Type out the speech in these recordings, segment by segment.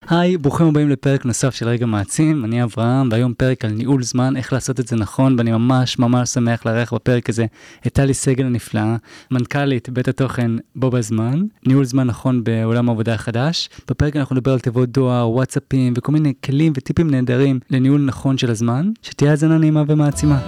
היי, ברוכים הבאים לפרק נוסף של רגע מעצים, אני אברהם, והיום פרק על ניהול זמן, איך לעשות את זה נכון, ואני ממש שמח לארח בפרק הזה את טלי סגל הנפלאה, מנכ"לית בית התוכן בו בזמן, ניהול זמן נכון בעולם העבודה החדש. בפרק אנחנו נדבר על תיבות דואר, וואטסאפים וכל מיני כלים וטיפים נהדרים לניהול נכון של הזמן, שתהיה האזנה נעימה ומעצימה.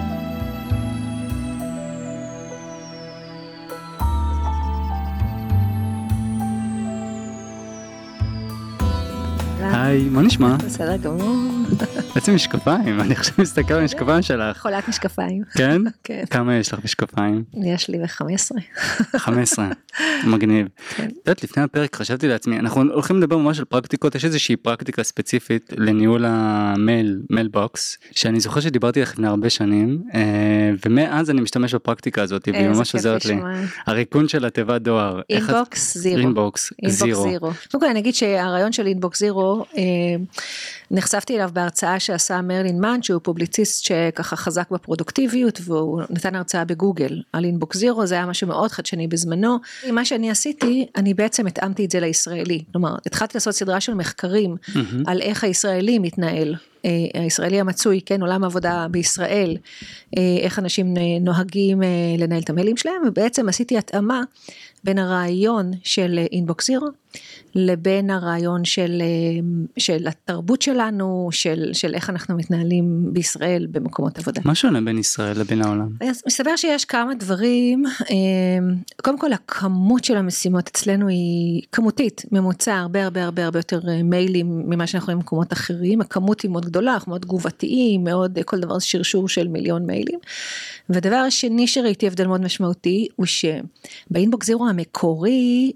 היי, מה נשמע? בסדר גמור. בעצם משקפיים, אני עכשיו מסתכל על משקפיים שלך. חולת משקפיים. כן? כן. כמה יש לך משקפיים? יש לי 15. 15, מגניב. כן. יודעת, לפני הפרק חשבתי לעצמי, אנחנו הולכים לדבר ממש על פרקטיקות, יש איזושהי פרקטיקה ספציפית לניהול המייל בוקס, שאני זוכר שדיברתי לך לפני הרבה שנים, ומאז אני משתמש בפרקטיקה הזאת, והיא ממש עוזרת לי. הריקון של התיבת דואר. אינבוקס זירו. אינבוקס זירו. קודם כל אני אגיד שהרעיון של אינבוקס זירו, נחשפתי אליו בהרצאה שעשה מרלין מן, שהוא פובליציסט שככה חזק בפרודוקטיביות, והוא נתן הרצאה בגוגל על אינבוקס זירו, זה היה משהו מאוד חדשני בזמנו. מה שאני עשיתי, אני בעצם התאמתי את זה לישראלי, כלומר, התחלתי לעשות סדרה של מחקרים, על איך הישראלי מתנהל, הישראלי המצוי, כן, עולם העבודה בישראל, איך אנשים נוהגים לנהל את המיילים שלהם, ובעצם עשיתי התאמה בין הרעיון של אינבוקס זירו, לבין הרעיון של התרבות שלנו, של איך אנחנו מתנהלים בישראל במקומות עבודה. מה שונה בין ישראל לבין העולם? אז מסתבר שיש כמה דברים, קודם כל הכמות של המשימות אצלנו היא כמותית, ממוצע הרבה יותר מיילים ממה שאנחנו רואים במקומות אחרים, הכמות היא מאוד גדולה, אנחנו מאוד תגובתיים, מאוד כל דבר שרשור של מיליון מיילים, והדבר השני שראיתי הבדל מאוד משמעותי, הוא שבאינבוקס זירו המקורי,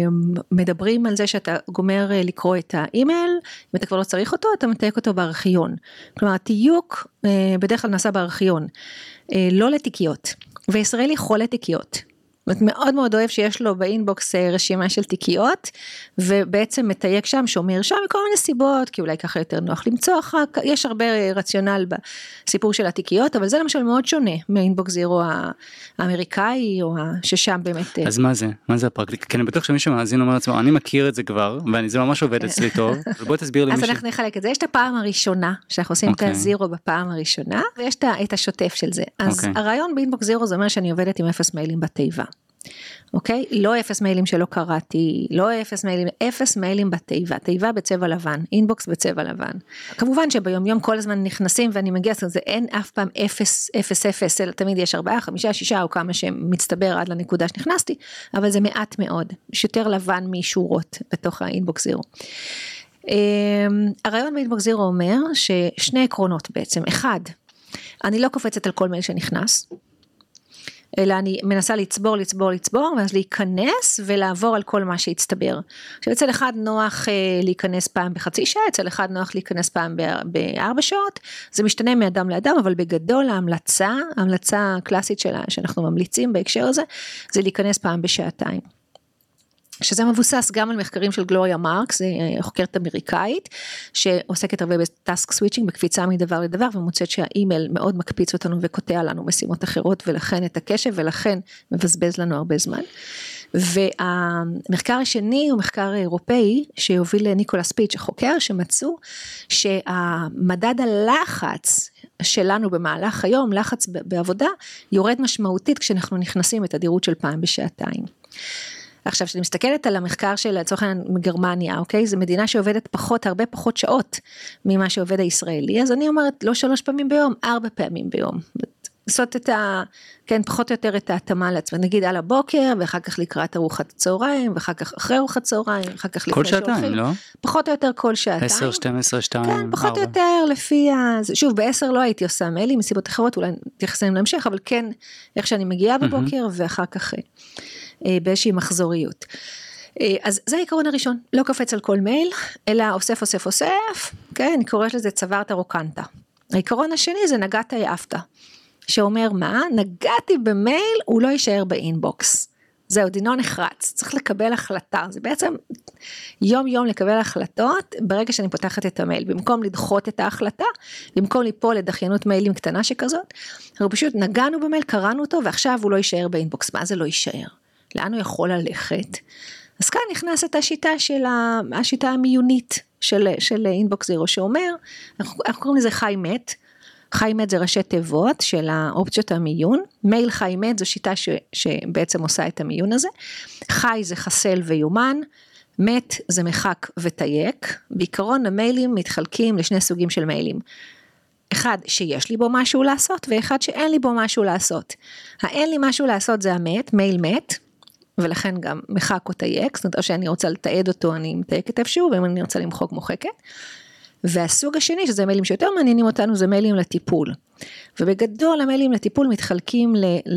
מדברים על זה שאתה גומר לקרוא את האימייל, אם אתה כבר לא צריך אותו, אתה מתייק אותו בארכיון. כלומר, התיוק בדרך כלל נעשה בארכיון, לא לתיקיות, וישראלי חולה תיקיות. מאוד מאוד אוהב שיש לו באינבוקס רשימה של תיקיות, ובעצם מתייק שם, שומר שם מכל מיני סיבות, כי אולי ככה יותר נוח למצוא אחר, יש הרבה רציונל בסיפור של התיקיות, אבל זה למשל מאוד שונה מאינבוקס זירו האמריקאי, או ששם באמת... אז מה זה? מה זה הפרקטיקה? כי אני בטוח שמישהו מאזין אומר לעצמו, אני מכיר את זה כבר, וזה ממש עובד אצלי טוב, אבל בואי תסביר לי אז אנחנו נחלק את זה, יש את הפעם הראשונה, שאנחנו עושים את הזירו בפעם הראשונה, ויש את השוטף של זה. אז הרעיון באינבוקס זירו זה אומר שאני עובדת עם 0 מיילים בתיבה. אוקיי? לא 0 מיילים שלא קראתי, לא 0 מיילים, 0 מיילים בתיבה, תיבה בצבע לבן, אינבוקס בצבע לבן. כמובן שביום יום כל הזמן נכנסים ואני מגיע, זה אין אף פעם 0, אלא תמיד יש 4, 5, 6 או כמה שמצטבר עד לנקודה שנכנסתי, אבל זה מעט מאוד, יש יותר לבן משורות בתוך האינבוקס זירו. הרעיון באינבוקס זירו אומר ששני עקרונות בעצם, אחד, אני לא קופצת על כל מייל שנכנס, אלא אני מנסה לצבור, ואז להיכנס ולעבור על כל מה שהצטבר. עכשיו אצל אחד נוח להיכנס פעם בחצי שעה, אצל אחד נוח להיכנס פעם ב4 שעות, זה משתנה מאדם לאדם, אבל בגדול ההמלצה הקלאסית שאנחנו ממליצים בהקשר הזה, זה להיכנס פעם בשעתיים. שזה מבוסס גם על מחקרים של גלוריה מרקס, זה חוקרת אמריקאית, שעוסקת הרבה בטאסק סוויצ'ינג, בקפיצה מדבר לדבר, ומוצאת שהאימייל מאוד מקפיץ אותנו וקוטע לנו משימות אחרות, ולכן את הקשב, ולכן מבזבז לנו הרבה זמן. והמחקר השני הוא מחקר אירופאי, שהוביל ניקולס פיץ' החוקר, שמצאו שהמדד הלחץ שלנו במהלך היום, לחץ בעבודה, יורד משמעותית כשאנחנו נכנסים את הדירות של פעם בשעתיים. עכשיו, כשאני מסתכלת על המחקר של לצורך העניין מגרמניה, אוקיי? זו מדינה שעובדת הרבה פחות שעות ממה שעובד הישראלי, אז אני אומרת, לא 3 פעמים ביום, 4 פעמים ביום. לעשות פחות או יותר את ההתאמה לעצמם, נגיד על הבוקר, ואחר כך לקראת ארוחת צהריים, ואחר כך אחרי ארוחת צהריים, ואחר כך כל שעתיים, לא? פחות או יותר כל שעתיים. 10, 12, 2, 4. כן, פחות או יותר לפי שוב, ב10 לא הייתי עושה מיילים, מסיבות אחרות, אולי תייחסים להמשך, אבל כן, איך שאני מגיעה בבוקר, ואחר כך באיזושהי מחזוריות. אז זה העיקרון הראשון, לא קופץ על כל מייל, אלא אוסף, כן, אני קוראת לזה צברת רוקנת. העיקרון השני זה נגעת העפת, שאומר מה? נגעתי במייל, הוא לא יישאר באינבוקס. זהו, דינו נחרץ, צריך לקבל החלטה, זה בעצם יום לקבל החלטות, ברגע שאני פותחת את המייל, במקום לדחות את ההחלטה, במקום ליפול לדחיינות מיילים קטנה שכזאת, אנחנו פשוט נגענו במייל, קראנו אותו, ועכשיו הוא לא יישאר באינבוקס. מה זה לא יישאר? לאן הוא יכול ללכת? אז כאן נכנסת השיטה המיונית, של אינבוקס זירו, שאומר, אנחנו קוראים לזה חי מת, חי מת זה ראשי תיבות של האופציות המיון, מייל חי מת זו שיטה שבעצם עושה את המיון הזה, חי זה חסל ויומן, מת זה מחק ותייק, בעיקרון המיילים מתחלקים לשני סוגים של מיילים, אחד שיש לי בו משהו לעשות, ואחד שאין לי בו משהו לעשות, האין לי משהו לעשות זה המת, מייל מת, ולכן גם מחק או תייק, זאת אומרת, או שאני רוצה לתעד אותו, אני מתייקת איפשהו, ואם אני רוצה למחוק מוחקת, והסוג השני, שזה מיילים שיותר מעניינים אותנו, זה מיילים לטיפול, ובגדול המיילים לטיפול מתחלקים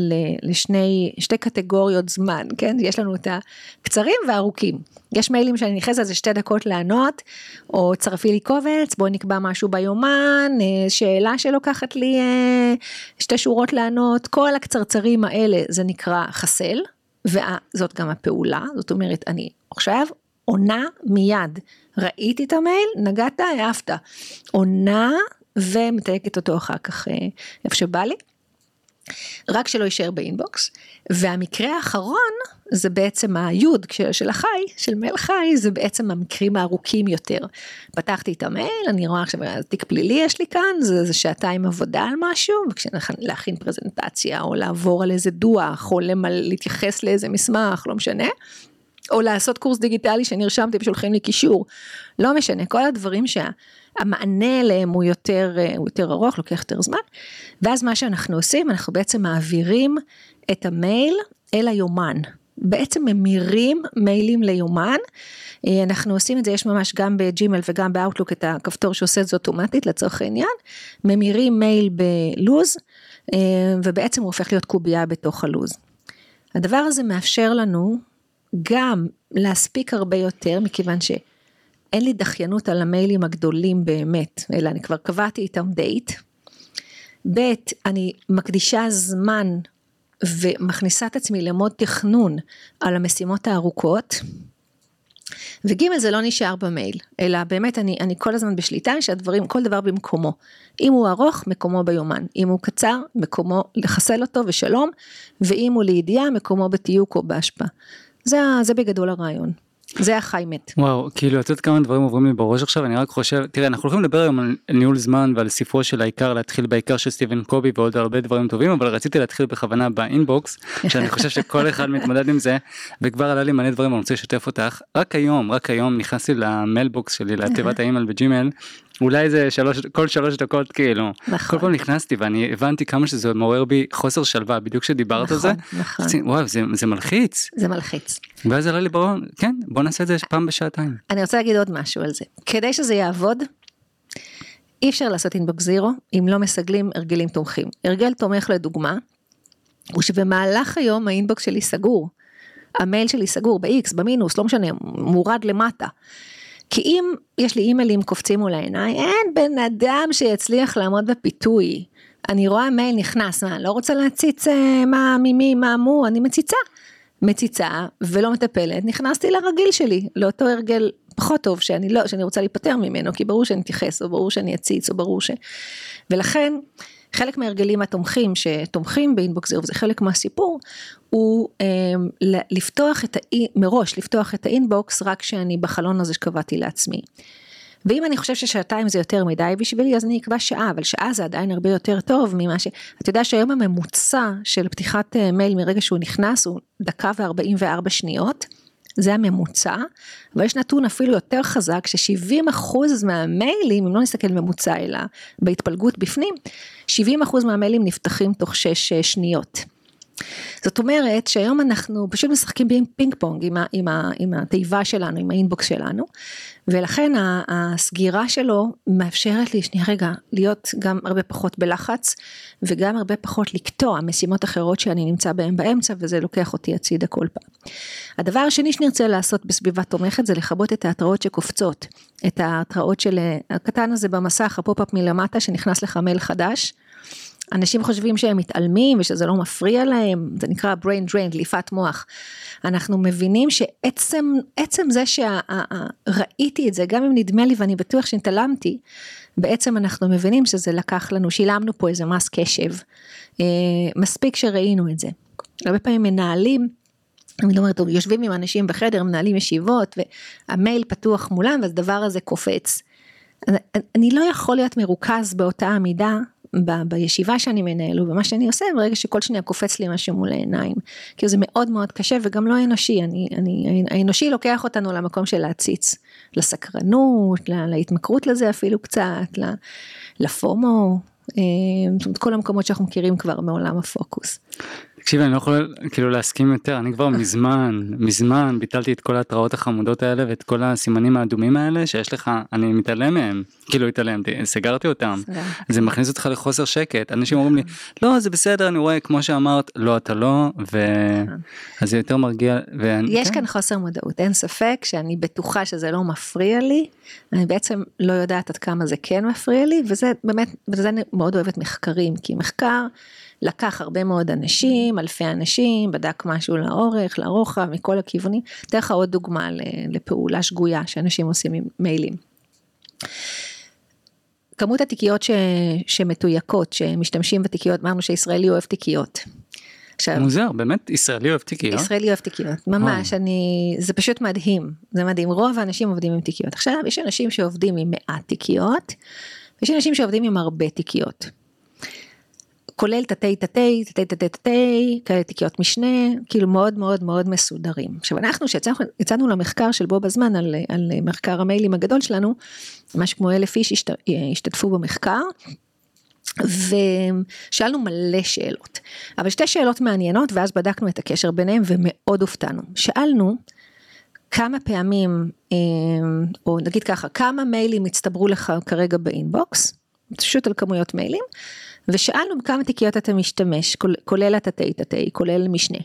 לשתי קטגוריות זמן, כן? יש לנו את הקצרים והארוכים, יש מיילים שאני נכנסת על זה 2 דקות לענות, או צרפי לי קובץ, בואי נקבע משהו ביומן, שאלה שלוקחת לי 2 שורות לענות, כל הקצרצרים האלה זה נקרא חסל, וזאת גם הפעולה, זאת אומרת אני עכשיו עונה מיד, ראיתי את המייל, נגעת, העפת, עונה ומתייקת אותו אחר כך איפה שבא לי, רק שלא יישאר באינבוקס, והמקרה האחרון זה בעצם היוד של החי, של מייל חי, זה בעצם המקרים הארוכים יותר, פתחתי את המייל, אני רואה עכשיו, תיק פלילי יש לי כאן, זה 2 עבודה על משהו, וכשנכין פרזנטציה, או לעבור על איזה דוח, או להתייחס לאיזה מסמך, לא משנה, או לעשות קורס דיגיטלי שנרשמתי ושולחים לי קישור, לא משנה, כל הדברים שהמענה אליהם הוא יותר ארוך, לוקח יותר זמן, ואז מה שאנחנו עושים, אנחנו בעצם מעבירים את המייל אל היומן, בעצם ממירים מיילים ליומן, אנחנו עושים את זה, יש ממש גם בג'ימל וגם באוטלוק את הכפתור שעושה את זה אוטומטית לצורך העניין, ממירים מייל בלוז, ובעצם הוא הופך להיות קובייה בתוך הלוז. הדבר הזה מאפשר לנו גם להספיק הרבה יותר, מכיוון שאין לי דחיינות על המיילים הגדולים באמת, אלא אני כבר קבעתי איתם דייט, ב' אני מקדישה זמן, ומכניסה את עצמי למוד תכנון, על המשימות הארוכות, וג' זה לא נשאר במייל, אלא באמת אני כל הזמן בשליטה, שהדברים, כל דבר במקומו, אם הוא ארוך, מקומו ביומן, אם הוא קצר, מקומו לחסל אותו ושלום, ואם הוא לידיעה, מקומו בתיוק או בהשפעה. זה בגדול הרעיון, זה החי מת. וואו, כאילו את יודעת כמה דברים עוברים לי בראש עכשיו, אני רק חושב, תראה, אנחנו הולכים לדבר היום על ניהול זמן ועל ספרו של העיקר, להתחיל בעיקר של סטיבן קובי ועוד הרבה דברים טובים, אבל רציתי להתחיל בכוונה באינבוקס, שאני חושב שכל אחד מתמודד עם זה, וכבר עלה לי מלא דברים, אני רוצה לשתף אותך, רק היום נכנסתי למיילבוקס שלי, לתיבת האימייל בג'ימייל, אולי זה כל 3 דקות כאילו, כל פעם נכנסתי ואני הבנתי כמה שזה מעורר בי חוסר שלווה, בדיוק שדיברת על זה, וואו, זה מלחיץ. זה מלחיץ. ואז עלה לי ברון, כן, בוא נעשה את זה פעם בשעתיים. אני רוצה להגיד עוד משהו על זה. כדי שזה יעבוד, אי אפשר לעשות אינבוקס זירו, אם לא מסגלים הרגלים תומכים. הרגל תומך לדוגמה, הוא שבמהלך היום האינבוקס שלי סגור, המייל שלי סגור, ב-X, במינוס, לא משנה, מורד למטה. כי אם יש לי אימיילים קופצים מול העיניי, אין בן אדם שיצליח לעמוד בפיתוי. אני רואה מייל נכנס, אני לא רוצה להציץ מה ממי, מה מו, אני מציצה ולא מטפלת, נכנסתי לרגיל שלי, לאותו הרגל פחות טוב שאני רוצה להיפטר ממנו, כי ברור שאני אתייחס, או ברור שאני אציץ, או ברור ולכן, חלק מהרגלים התומכים שתומכים באינבוקס זירו, וזה חלק מהסיפור, הוא מראש לפתוח את האינבוקס, רק שאני בחלון הזה שקבעתי לעצמי. ואם אני חושב ש2 זה יותר מדי בשבילי, אז אני אקבע שעה, אבל שעה זה עדיין הרבה יותר טוב ממה אתה יודע שהיום הממוצע של פתיחת מייל מרגע שהוא נכנס, הוא 1:44 שניות, זה הממוצע, ויש נתון אפילו יותר חזק, ש70% מהמיילים, אם לא נסתכל ממוצע אלא בהתפלגות בפנים, 70% מהמיילים נפתחים תוך 6 שניות. זאת אומרת שהיום אנחנו פשוט משחקים פינג פונג עם התיבה שלנו, עם האינבוקס שלנו, ולכן הסגירה שלו מאפשרת לי שנייה רגע להיות גם הרבה פחות בלחץ, וגם הרבה פחות לקטוע משימות אחרות שאני נמצא בהן באמצע, וזה לוקח אותי הצידה כל פעם. הדבר השני שנרצה לעשות בסביבה תומכת, זה לכבות את ההתראות שקופצות, את ההתראות של הקטן הזה במסך, הפופ-אפ מלמטה שנכנס לך מייל חדש, אנשים חושבים שהם מתעלמים ושזה לא מפריע להם, זה נקרא brain drain, דליפת מוח. אנחנו מבינים שעצם זה שראיתי את זה, גם אם נדמה לי ואני בטוח שהתעלמתי, בעצם אנחנו מבינים שזה לקח לנו, שילמנו פה איזה מס קשב, מספיק שראינו את זה. הרבה פעמים מנהלים אני אומרת, יושבים עם אנשים בחדר, מנהלים ישיבות, והמייל פתוח מולם, ואז הדבר הזה קופץ. אני לא יכול להיות מרוכז באותה עמידה, בישיבה שאני מנהל, ובמה שאני עושה, ברגע שכל שניה קופץ לי משהו מול העיניים, כי זה מאוד מאוד קשה, וגם לא אנושי, האנושי לוקח אותנו למקום של להציץ, לסקרנות, להתמכרות לזה אפילו קצת, לפומו, כל המקומות שאנחנו מכירים כבר מעולם הפוקוס. תקשיבי, אני לא יכול כאילו להסכים יותר, אני כבר מזמן ביטלתי את כל ההתראות החמודות האלה, ואת כל הסימנים האדומים האלה שיש לך, אני מתעלם מהם, כאילו התעלמתי, סגרתי אותם, זה מכניס אותך לחוסר שקט, אנשים אומרים לי, לא זה בסדר, אני רואה כמו שאמרת, לא אתה לא, אז זה יותר מרגיע. יש כאן חוסר מודעות, אין ספק שאני בטוחה שזה לא מפריע לי, אני בעצם לא יודעת עד כמה זה כן מפריע לי, וזה באמת, וזה אני מאוד אוהבת מחקרים, כי מחקר, לקח הרבה מאוד אנשים, אלפי אנשים, בדק משהו לאורך, לרוחב, מכל הכיוונים. אתן לך עוד דוגמה לפעולה שגויה שאנשים עושים עם מיילים. כמות התיקיות שמתויקות, שמשתמשים בתיקיות, אמרנו שישראלי אוהב תיקיות. מוזר, באמת ישראלי אוהב תיקיות? ישראלי אוהב תיקיות, ממש, זה פשוט מדהים, זה מדהים, רוב האנשים עובדים עם תיקיות. עכשיו, יש אנשים שעובדים עם מעט תיקיות, ויש אנשים שעובדים עם הרבה תיקיות. כולל תתי, כאלה תיקיות משנה, כאילו מאוד מאוד מאוד מסודרים. עכשיו אנחנו שיצאנו למחקר של בו בזמן, על מחקר המיילים הגדול שלנו, משהו כמו 1,000 איש השתתפו במחקר, ושאלנו מלא שאלות, אבל 2 שאלות מעניינות, ואז בדקנו את הקשר ביניהם, ומאוד הופתענו. שאלנו, כמה פעמים, או נגיד ככה, כמה מיילים הצטברו לך כרגע באינבוקס, פשוט על כמויות מיילים, ושאלנו בכמה תיקיות אתה משתמש, כולל התתי, כולל משנה.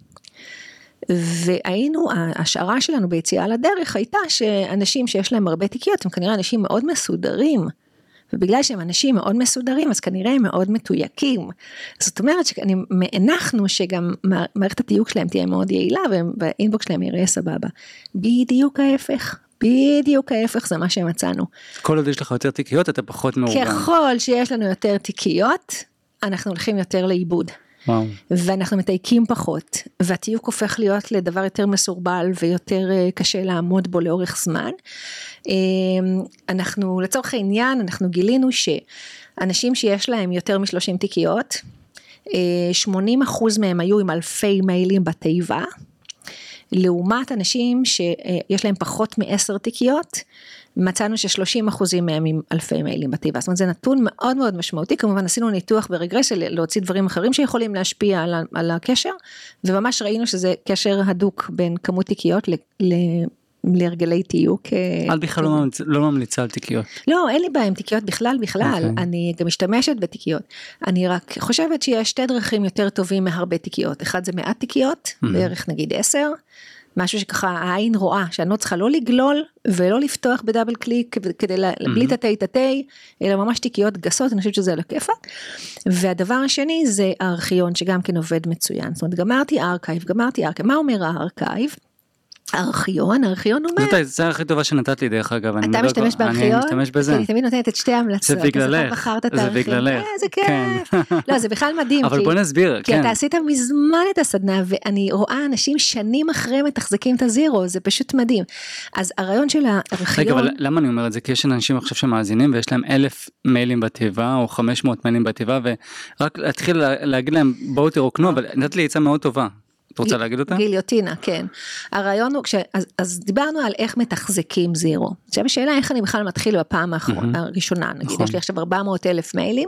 ההשערה שלנו ביציאה לדרך הייתה שאנשים שיש להם הרבה תיקיות, הם כנראה אנשים מאוד מסודרים, ובגלל שהם אנשים מאוד מסודרים, אז כנראה הם מאוד מתויקים. זאת אומרת שהנחנו שגם מערכת התיוק שלהם תהיה מאוד יעילה, והאינבוקס שלהם יראה סבבה. בדיוק ההפך. בדיוק ההפך זה מה שמצאנו. כל עוד יש לך יותר תיקיות, אתה פחות מאורגן. ככל שיש לנו יותר תיקיות, אנחנו הולכים יותר לאיבוד. וואו. ואנחנו מתייקים פחות, והתיוק הופך להיות לדבר יותר מסורבל, ויותר קשה לעמוד בו לאורך זמן. אנחנו, לצורך העניין, אנחנו גילינו שאנשים שיש להם יותר מ-30 תיקיות, 80% מהם היו עם אלפי מיילים בתיבה, לעומת אנשים שיש להם פחות מ10 תיקיות, מצאנו ש30% מהם עם אלפי מיילים בתיבה, זאת אומרת זה נתון מאוד מאוד משמעותי, כמובן עשינו ניתוח ברגרסיה להוציא דברים אחרים שיכולים להשפיע על הקשר, וממש ראינו שזה קשר הדוק בין כמות תיקיות להרגלי תיוק. את בכלל לא ממליצה על תיקיות. לא, אין לי בעיה עם תיקיות בכלל, אני גם משתמשת בתיקיות, אני רק חושבת שיש 2 דרכים יותר טובים מהרבה תיקיות, אחד זה מעט תיקיות, בערך נגיד 10, משהו שככה העין רואה, שאני לא צריכה לא לגלול, ולא לפתוח בדאבל קליק, כדי בלי תתי, אלא ממש תיקיות גסות, אני חושבת שזה על הכיפה, והדבר השני זה הארכיון, שגם כן עובד מצוין, זאת אומרת גמרתי ארכייב, מה אומר הארכייב? הארכיון אומר... זה הכי טובה שנתת לי דרך אגב. אתה משתמש בארכיון? אני משתמש בזה. אני תמיד נותנת את 2 המלצות. זה בגללך. זה בגללך. זה כיף. לא, זה בכלל מדהים. אבל בוא נסביר. כי אתה עשית מזמן את הסדנה, ואני רואה אנשים שנים אחרי מתחזקים את הזירו, זה פשוט מדהים. אז הרעיון של הארכיון... רגע, אבל למה אני אומר את זה? כי יש אנשים עכשיו שמאזינים, ויש להם 1,000 מיילים בתיבה, או 500 מיילים בתיבה, ורק להתחיל להגיד להם, בואו תרוקנו, אבל נתת לי עצה מאוד טובה. את רוצה להגיד אותה? גיליוטינה, כן. הרעיון הוא, אז דיברנו על איך מתחזקים זירו. עכשיו השאלה איך אני בכלל מתחיל בפעם הראשונה, נגיד, יש לי עכשיו 400,000 מיילים,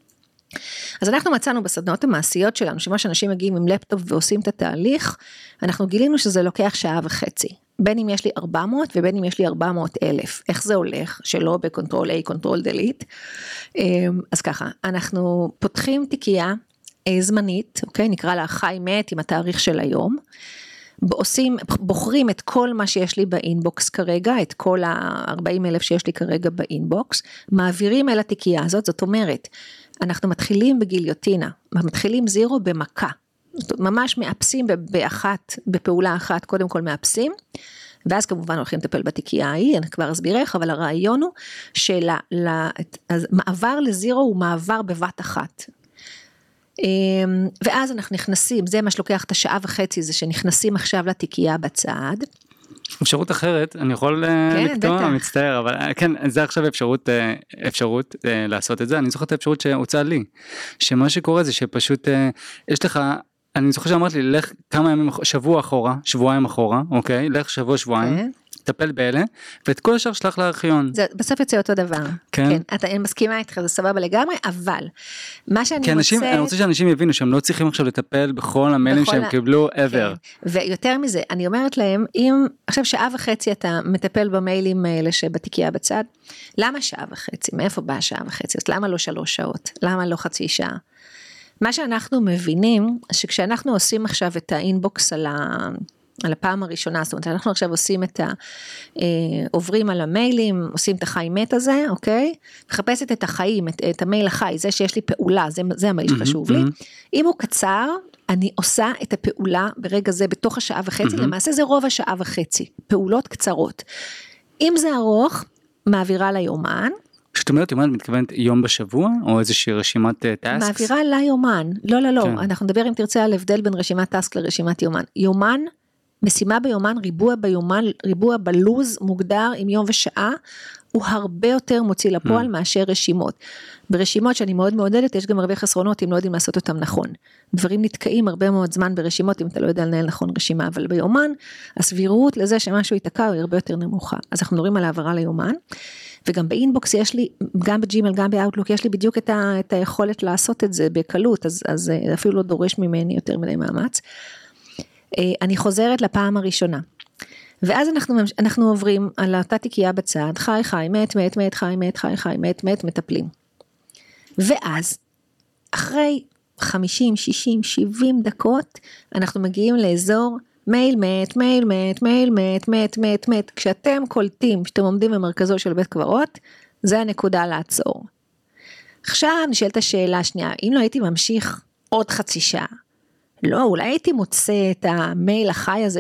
אז אנחנו מצאנו בסדנות המעשיות שלנו, שמה שאנשים מגיעים עם לפטופ ועושים את התהליך, אנחנו גילינו שזה לוקח 1.5 שעות, בין אם יש לי 400 ובין אם יש לי 400,000, איך זה הולך, שלא בקונטרול A, קונטרול דליט, אז ככה, אנחנו פותחים תיקייה, זמנית, אוקיי, נקרא לה חי מת עם התאריך של היום, בוחרים את כל מה שיש לי באינבוקס כרגע, את כל 40,000 שיש לי כרגע באינבוקס, מעבירים אל התיקייה הזאת, זאת אומרת, אנחנו מתחילים בגיליוטינה, מתחילים זירו במכה, ממש מאפסים בפעולה אחת, קודם כל מאפסים, ואז כמובן הולכים לטפל בתיקייה ההיא, אני כבר אסביר איך, אבל הרעיון הוא, מעבר לזירו הוא מעבר בבת אחת, ואז אנחנו נכנסים, זה מה שלוקח את השעה וחצי, זה שנכנסים עכשיו לתיקייה בצד. אפשרות אחרת, אני יכול לקטוע, מצטער, אבל כן, זה עכשיו אפשרות לעשות את זה, אני זוכר את האפשרות שהוצאה לי, שמה שקורה זה שפשוט, יש לך, אני זוכר שאמרת לי, לך כמה ימים, שבועיים אחורה, אוקיי, לך שבועיים, טפל באלה, ואת כל השאר שלח לארכיון. זה בסוף יוצא אותו דבר. כן. אני מסכימה איתך, זה סבבה לגמרי, אבל מה שאני רוצה... אני רוצה שאנשים יבינו שהם לא צריכים עכשיו לטפל בכל המיילים שהם קיבלו ever. ויותר מזה, אני אומרת להם, אם עכשיו שעה וחצי אתה מטפל במיילים האלה שבתיקייה בצד, למה שעה וחצי? מאיפה באה שעה וחצי? אז למה לא 3 שעות? למה לא חצי שעה? מה שאנחנו מבינים, שכשאנחנו עושים עכשיו את האינבוקס על הפעם הראשונה, זאת אומרת, אנחנו עכשיו עושים עוברים על המיילים, עושים את החי מת הזה, אוקיי? מחפשת את החיים, את המייל החי, זה שיש לי פעולה, זה המייל שחשוב לי. אם הוא קצר, אני עושה את הפעולה ברגע זה, בתוך השעה וחצי, למעשה זה רוב השעה וחצי, פעולות קצרות. אם זה ארוך, מעבירה ליומן. כשאת אומרת יומן, מתכוונת יום בשבוע, או איזושהי רשימת טאסקס? מעבירה ליומן, לא, אנחנו נדבר אם תרצה על הבדל בין רשימת טאסק לרשימת יומן. יומן, משימה ביומן, ריבוע בלוז מוגדר עם יום ושעה, הוא הרבה יותר מוציא לפועל מאשר רשימות. ברשימות שאני מאוד מעודדת, יש גם הרבה חסרונות אם לא יודעים לעשות אותם נכון. דברים נתקעים הרבה מאוד זמן ברשימות, אם אתה לא יודע לנהל נכון רשימה, אבל ביומן, הסבירות לזה שמשהו ייתקע היא הרבה יותר נמוכה. אז אנחנו מדברים על העברה ליומן, וגם באינבוקס יש לי, גם בג'ימל, גם באוטלוק, יש לי בדיוק את היכולת לעשות את זה בקלות, אז אפילו לא דורש ממני יותר מדי מאמץ. אני חוזרת לפעם הראשונה, ואז אנחנו עוברים על אותה תיקייה בצד, חי, מת, חי, מת, מטפלים. ואז, אחרי 50, 60, 70 דקות, אנחנו מגיעים לאזור מייל מת, כשאתם קולטים, כשאתם עומדים במרכזו של בית קברות, זה הנקודה לעצור. עכשיו נשאלת השאלה השנייה, אם לא הייתי ממשיך עוד חצי שעה, לא, אולי הייתי מוצא את המייל החי הזה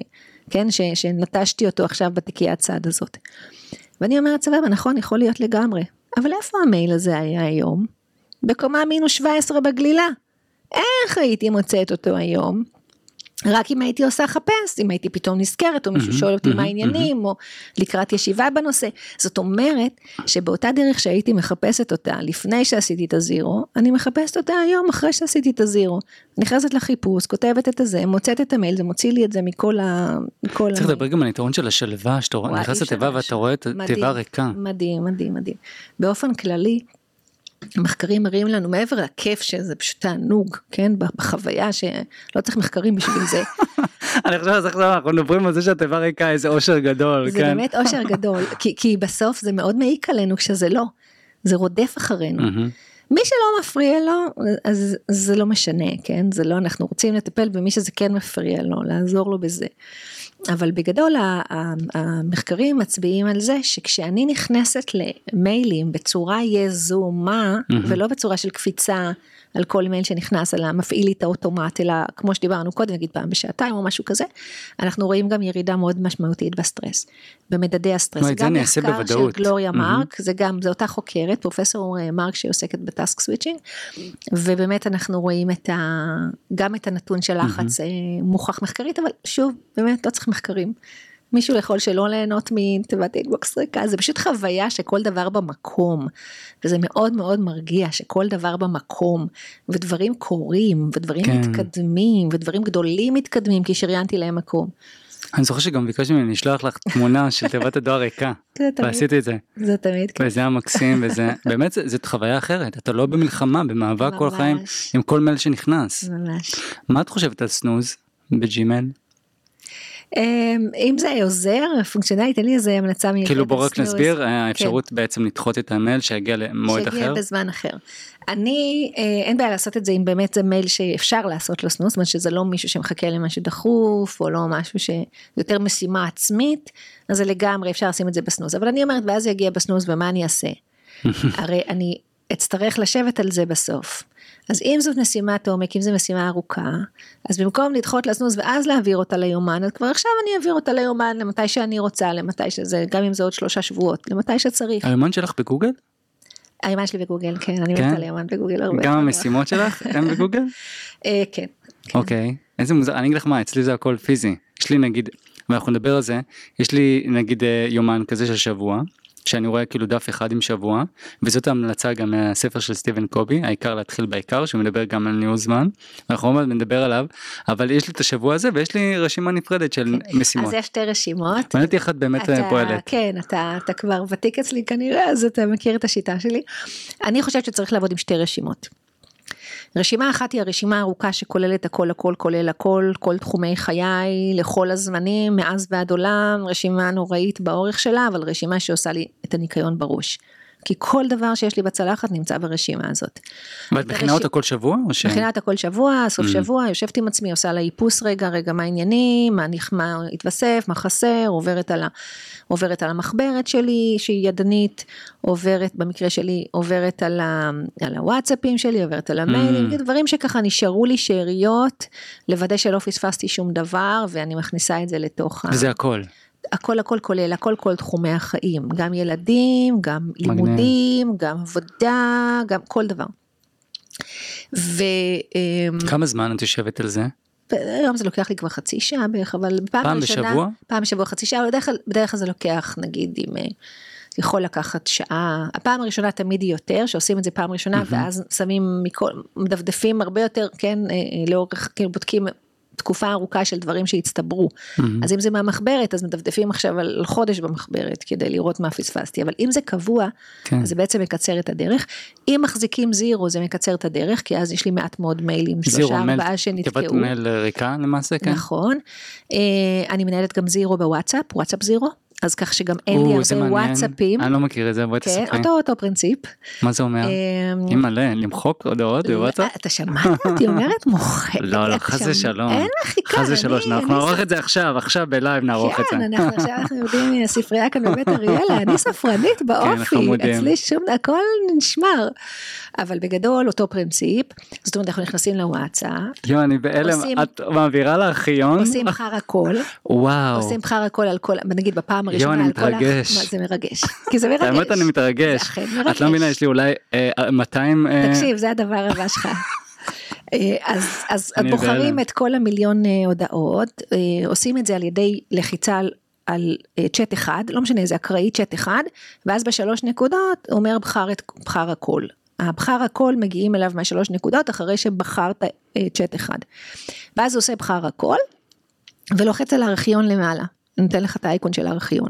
שנטשתי אותו עכשיו בתיקייה הצד הזאת. ואני אומרת, סבבה, נכון, יכול להיות לגמרי. אבל איפה המייל הזה היה היום? בקומה -17 בגלילה. איך הייתי מוצאת אותו היום? רק אם הייתי עושה חפש, אם הייתי פתאום נזכרת, או מישהו שואל אותי מה העניינים, או לקראת ישיבה בנושא. זאת אומרת, שבאותה דרך שהייתי מחפשת אותה, לפני שעשיתי את הזירו, אני מחפשת אותה היום, אחרי שעשיתי את הזירו. נכנסת לחיפוש, כותבת את הזה, מוצאת את המייל, זה מוציא לי את זה מכל צריך לדבר גם על היתרון של השלווה, שאתה נכנס לתיבה ואתה רואה את התיבה ריקה. מדהים. באופן כללי, המחקרים מראים לנו מעבר לכיף שזה פשוט תענוג, כן, בחוויה שלא צריך מחקרים בשביל זה. אני חושב שעכשיו אנחנו מדברים על זה שהתיבה ריקה איזה אושר גדול, זה באמת אושר גדול, כי בסוף זה מאוד מעיק עלינו כשזה לא, זה רודף אחרינו. מי שלא מפריע לו, אז זה לא משנה, כן, זה לא, אנחנו רוצים לטפל במי שזה כן מפריע לו, לעזור לו בזה. אבל בגדול המחקרים מצביעים על זה שכשאני נכנסת למיילים בצורה יזומה ולא בצורה של קפיצה על כל מייל שנכנס, אלא מפעיל את האוטומט, אלא כמו שדיברנו קודם, נגיד פעם בשעתיים או משהו כזה, אנחנו רואים גם ירידה מאוד משמעותית בסטרס, במדדי הסטרס. זה גם מחקר של גלוריה מרק, זה אותה חוקרת, פרופסור מרק שעוסקת בטאסק סוויצ'ינג, ובאמת אנחנו רואים גם את הנתון של לחץ מוכח מחקרית, אבל שוב, באמת לא צריך מחקרים. מישהו יכול שלא ליהנות מתיבת אינבוקס ריקה, זה פשוט חוויה שכל דבר במקום, וזה מאוד מאוד מרגיע שכל דבר במקום, ודברים קורים, ודברים מתקדמים, ודברים גדולים מתקדמים, כי שריינתי להם מקום. אני זוכר שגם ביקשתי ממני לשלוח לך תמונה של תיבת הדואר ריקה, ועשיתי את זה. זה תמיד כן. וזה היה מקסים, באמת זאת חוויה אחרת, אתה לא במלחמה, במאבק כל החיים, עם כל מייל שנכנס. ממש. מה את חושבת על סנוז בג'ימל? אם זה עוזר, פונקציונלית, אין לי איזה המלצה מיוחדת. כאילו בוא רק נסביר, האפשרות בעצם לדחות את המייל שיגיע למועד אחר. שיגיע בזמן אחר. אין בעיה לעשות את זה אם באמת זה מייל שאפשר לעשות לו סנוז, זאת אומרת שזה לא מישהו שמחכה למשהו דחוף, או לא משהו שיותר משימה עצמית, אז זה לגמרי אפשר לשים את זה בסנוז. אבל אני אומרת, ואז זה יגיע בסנוז, ומה אני אעשה? הרי אני אצטרך לשבת על זה בסוף. אז אם זאת משימת עומק, אם זו משימה ארוכה, אז במקום לדחות לסנוז ואז להעביר אותה ליומן, אז כבר עכשיו אני אעביר אותה ליומן למתי שאני רוצה, למתי שזה, גם אם זה עוד 3 שבועות, למתי שצריך. היומן שלך בגוגל? היומן שלי בגוגל, כן, אני מתה ליומן בגוגל הרבה. גם המשימות שלך הם בגוגל? כן. אוקיי, איזה מוזר, אני אגיד לך מה, אצלי זה הכל פיזי, יש לי נגיד, ואנחנו נדבר על זה, יש לי נגיד יומן כזה של שבוע, שאני רואה כאילו דף אחד עם שבוע, וזאת המלצה גם מהספר של סטיבן קובי, העיקר להתחיל בעיקר, שהוא מדבר גם על ניהול זמן, ואנחנו עוד נדבר עליו, אבל יש לי את השבוע הזה, ויש לי רשימה נפרדת של משימות. אז יש שתי רשימות. מעניין אותי אחת באמת פועלת. כן, אתה כבר ותיק אצלי כנראה, אז אתה מכיר את השיטה שלי. אני חושבת שצריך לעבוד עם שתי רשימות. רשימה אחת היא הרשימה הארוכה שכוללת הכל, כולל הכל, כל תחומי חיי, לכל הזמנים, מאז ועד עולם, רשימה נוראית באורך שלה, אבל רשימה שעושה לי את הניקיון בראש. כי כל דבר שיש לי בצלחת נמצא ברשימה הזאת. ואת מכינה אותה כל שבוע? מכינה אותה כל שבוע, סוף שבוע, יושבת עם עצמי, עושה לה איפוס רגע מה העניינים, מה התווסף, מה חסר, עוברת על המחברת שלי, שהיא ידנית, עוברת, במקרה שלי, עוברת על הוואטסאפים שלי, עוברת על המיילים, דברים שככה נשארו לי שאריות, לוודא שלא פספסתי שום דבר, ואני מכניסה את זה לתוך וזה הכל. הכל כולל, כל תחומי החיים, גם ילדים, גם לימודים, גם עבודה, גם כל דבר. כמה זמן את יושבת על זה? היום זה לוקח לי כבר חצי שעה בערך, אבל פעם בשבוע? פעם בשבוע חצי שעה, אבל בדרך כלל זה לוקח, נגיד, יכול לקחת שעה, הפעם הראשונה תמיד היא יותר, שעושים את זה פעם ראשונה, ואז שמים מדפדפים הרבה יותר, כן, לאורך, כאילו בודקים, תקופה ארוכה של דברים שהצטברו, אז אם זה מהמחברת, אז מדפדפים עכשיו על חודש במחברת, כדי לראות מה פספסתי, אבל אם זה קבוע, אז זה בעצם מקצר את הדרך, אם מחזיקים זירו, זה מקצר את הדרך, כי אז יש לי מעט מאוד מיילים, 3-4 שנתקעו. תיבת מייל ריקה למעשה, כן? נכון, אני מנהלת גם זירו בוואטסאפ, וואטסאפ זירו, אז כך שגם אין לי הרבה וואטסאפים. אני לא מכיר את זה, בואי תספרי. אותו פרינציפ. מה זה אומר? אם מלא, למחוק הודעות בוואטסאפ? אתה שמעת אותי אומרת מוחקת. לא, חס ושלום. אין מחיקה. חס ושלום, אנחנו נערוך את זה עכשיו בלייב נערוך את זה. כן, אנחנו יודעים מהספרייה כאן בבית אריאלה, אני ספרנית באופי, אצלי שום, הכל נשמר. אבל בגדול אותו פרינציפ, זאת אומרת אנחנו נכנסים לוואטסאפ. יו, אני בהלם, את מעבירה לארכיון? עושים בחר הכל. וואו. עושים בחר הכל על כל, נגיד בפעם הראשונה. יו, אני מתרגש. זה מרגש. כי זה מרגש. האמת אני מתרגש. את לא מבינה, יש לי אולי 200... תקשיב, זה הדבר הבא שלך. אז בוחרים את כל המיליון הודעות, עושים את זה על ידי לחיצה על צ'אט אחד, לא משנה, זה אקראי צ'אט אחד, ואז ב3 נקודות אומר בחר הכל. הבחר הכל מגיעים אליו מה3 נקודות, אחרי שבחרת צ'אט אחד. ואז הוא עושה בחר הכל, ולוחץ על הארכיון למעלה. נותן לך את האייקון של הארכיון.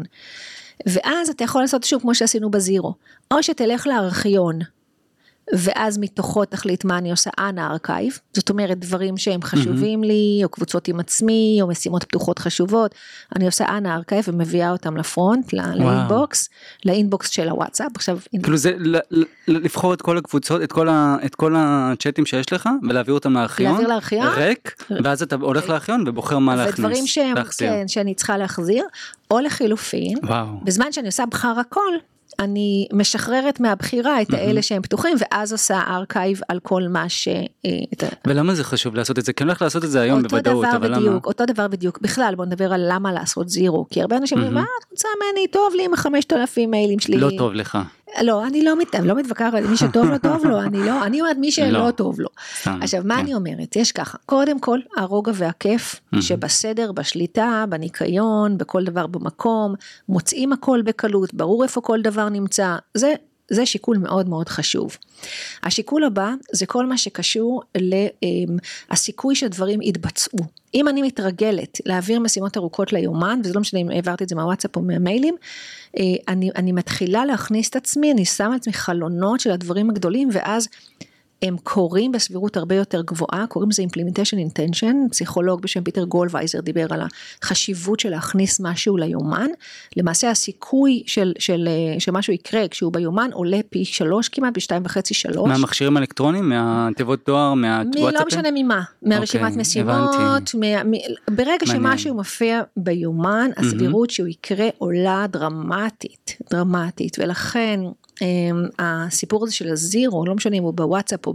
ואז אתה יכול לעשות שוב כמו שעשינו בזירו. או שתלך לארכיון, ואז מתוכו תחליט מה אני עושה אנה ארכייב, זאת אומרת דברים שהם חשובים לי, או קבוצות עם עצמי, או משימות פתוחות חשובות, אני עושה אנה ארכייב ומביאה אותם לפרונט, לאינבוקס של הוואטסאפ. עכשיו, כאילו זה לבחור את כל הקבוצות, את כל הצ'אטים שיש לך, ולהעביר אותם לארכיון, ריק, ואז אתה הולך לארכיון ובוחר מה להכניס. ודברים שאני צריכה להחזיר, או לחילופין, בזמן שאני עושה בחר הכל, אני משחררת מהבחירה את האלה שהם פתוחים, ואז עושה ארכייב על כל מה ש... ולמה זה חשוב לעשות את זה? כי אני הולך לעשות את זה היום בוודאות, אבל למה? אותו דבר בדיוק. בכלל, בוא נדבר על למה לעשות זירו, כי הרבה אנשים אומרים, מה את רוצה ממני? טוב לי עם 5,000 מיילים שלי. לא טוב לך. לא, אני לא מתווכחת, מי שטוב לו טוב לו, אני אומרת מי שלא טוב לו. עכשיו, מה אני אומרת? יש ככה, קודם כל, הרוגע והכיף, שבסדר, בשליטה, בניקיון, בכל דבר במקום, מוצאים הכל בקלות, ברור איפה כל דבר נמצא, זה שיקול מאוד מאוד חשוב. השיקול הבא, זה כל מה שקשור לסיכוי שדברים יתבצעו. אם אני מתרגלת להעביר משימות ארוכות ליומן, וזה לא משנה אם העברתי את זה מהוואטסאפ או מהמיילים, אני מתחילה להכניס את עצמי, אני שמה את עצמי חלונות של הדברים הגדולים, ואז הם קוראים בסבירות הרבה יותר גבוהה, קוראים לזה implementation intention, פסיכולוג בשם פיטר גולדווייזר דיבר על החשיבות של להכניס משהו ליומן, למעשה הסיכוי שמשהו יקרה כשהוא ביומן עולה פי 3 כמעט, ב2.5 3. מהמכשירים האלקטרוניים, מהתיבות דואר, מהוואטסאפים? לא משנה ממה, מהרשימת משימות, ברגע שמשהו מופיע ביומן, הסבירות שהוא יקרה עולה דרמטית, ולכן הסיפור הזה של הזירו, לא משנה אם הוא בוואטסאפ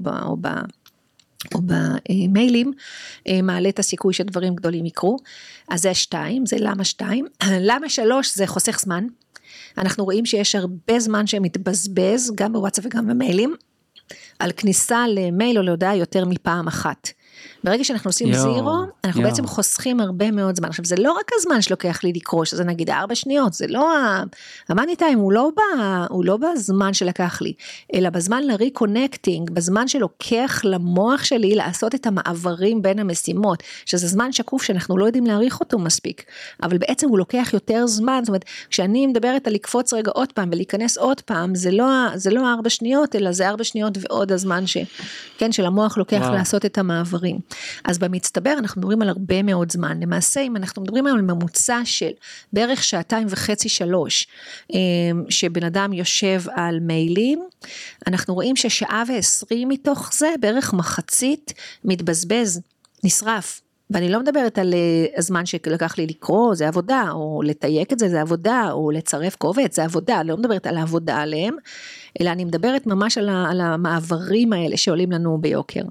או במיילים, מעלה את הסיכוי שדברים גדולים יקרו. אז זה 2, זה למה 2. למה 3 זה חוסך זמן, אנחנו רואים שיש הרבה זמן שמתבזבז, גם בוואטסאפ וגם במיילים, על כניסה למייל או להודעה יותר מפעם אחת. ברגע שאנחנו עושים זירו, אנחנו בעצם חוסכים הרבה מאוד זמן. עכשיו, זה לא רק הזמן שלוקח לי לקרוא, שזה נגיד 4 שניות, זה לא, המאני טיים הוא לא בזמן שלקח לי, אלא בזמן לריקונקטינג, בזמן שלוקח למוח שלי לעשות את המעברים בין המשימות, שזה זמן שקוף שאנחנו לא יודעים להעריך אותו מספיק, אבל בעצם הוא לוקח יותר זמן, זאת אומרת, כשאני מדברת על לקפוץ רגע עוד פעם ולהיכנס עוד פעם, זה לא 4 שניות, אלא זה 4 שניות ועוד הזמן של המוח לוקח לעשות את המעברים. אז במצטבר אנחנו מדברים על הרבה מאוד זמן, למעשה אם אנחנו מדברים על ממוצע של בערך 2.5-3, שבן אדם יושב על מיילים, אנחנו רואים ששעה ו20 מתוך זה, בערך מחצית מתבזבז, נשרף, ואני לא מדברת על הזמן שלקח לי לקרוא, זה עבודה, או לתייק את זה, זה עבודה, או לצרף קובץ, זה עבודה, לא מדברת על העבודה עליהם, אלא אני מדברת ממש על המעברים האלה שעולים לנו ביוקר.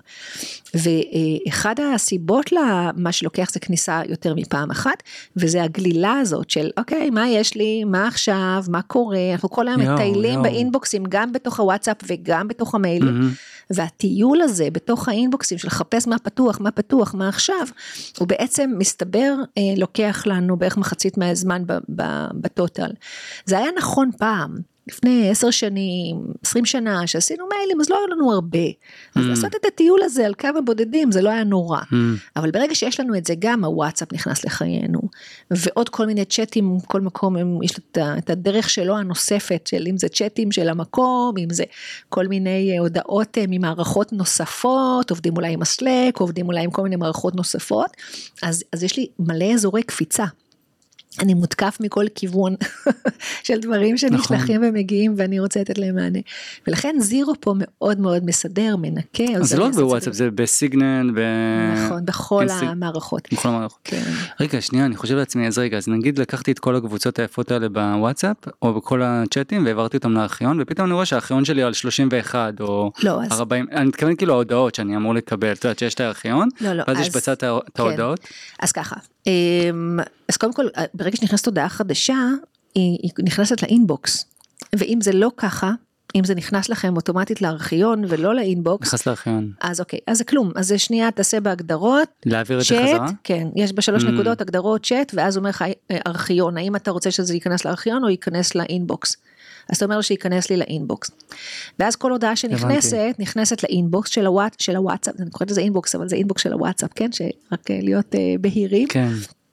ואחד הסיבות למה שלוקח זה כניסה יותר מפעם אחת, וזה הגלילה הזאת של, אוקיי, מה יש לי, מה עכשיו, מה קורה, אנחנו כל היום מטיילים באינבוקסים, גם בתוך הוואטסאפ וגם בתוך המיילים, והטיול הזה בתוך האינבוקסים של לחפש מה פתוח, מה עכשיו, הוא בעצם מסתבר, לוקח לנו בערך מחצית מהזמן בטוטל. זה היה נכון פעם, לפני 10 שנים, 20 שנה, שעשינו מיילים, אז לא היו לנו הרבה. אז לעשות את הטיול הזה על כמה בודדים, זה לא היה נורא. אבל ברגע שיש לנו את זה, גם הוואטסאפ נכנס לחיינו, ועוד כל מיני צ'אטים, כל מקום, יש את הדרך שלו הנוספת, של אם זה צ'אטים של המקום, אם זה כל מיני הודעות ממערכות נוספות, עובדים אולי עם הסלק, עובדים אולי עם כל מיני מערכות נוספות, אז יש לי מלא אזורי קפיצה. אני מותקף מכל כיוון של דברים שנשלחים ומגיעים, ואני רוצה לתת להם מענה. ולכן זירו פה מאוד מאוד מסדר, מנקה. אז זה לא רק בוואטסאפ, זה בסיגנל, נכון, בכל המערכות. בכל המערכות. רגע, שנייה, אני חושב לעצמי, אז רגע, אז נגיד לקחתי את כל הקבוצות היפות האלה בוואטסאפ, או בכל הצ'אטים, והעברתי אותם לארכיון, ופתאום אני רואה שהארכיון שלי על 31, או 40, אני מתכוון כאילו ההודעות שאני אמור לקבל, אתה יודעת שיש את הארכיון, ואז יש בצד את ההודעות. אז ככה, אז קודם כל, ברגע שנכנסת הודעה חדשה, היא נכנסת לאינבוקס, ואם זה לא ככה, אם זה נכנס לכם אוטומטית לארכיון ולא לאינבוקס, נכנס לארכיון. אז אוקיי, אז זה כלום, אז זה שנייה תעשה בהגדרות, להעביר את זה חזרה? כן, יש ב3 נקודות הגדרות צ'אט, ואז הוא אומר לך ארכיון, האם אתה רוצה שזה ייכנס לארכיון או ייכנס לאינבוקס, אז אתה אומר שייכנס לי לאינבוקס, ואז כל הודעה שנכנסת, נכנסת לאינבוקס של הוואטסאפ, אני קוראת לזה אינבוקס, אבל זה אינבוקס של הוואטסאפ, כן, שרק להיות בהירים, כן.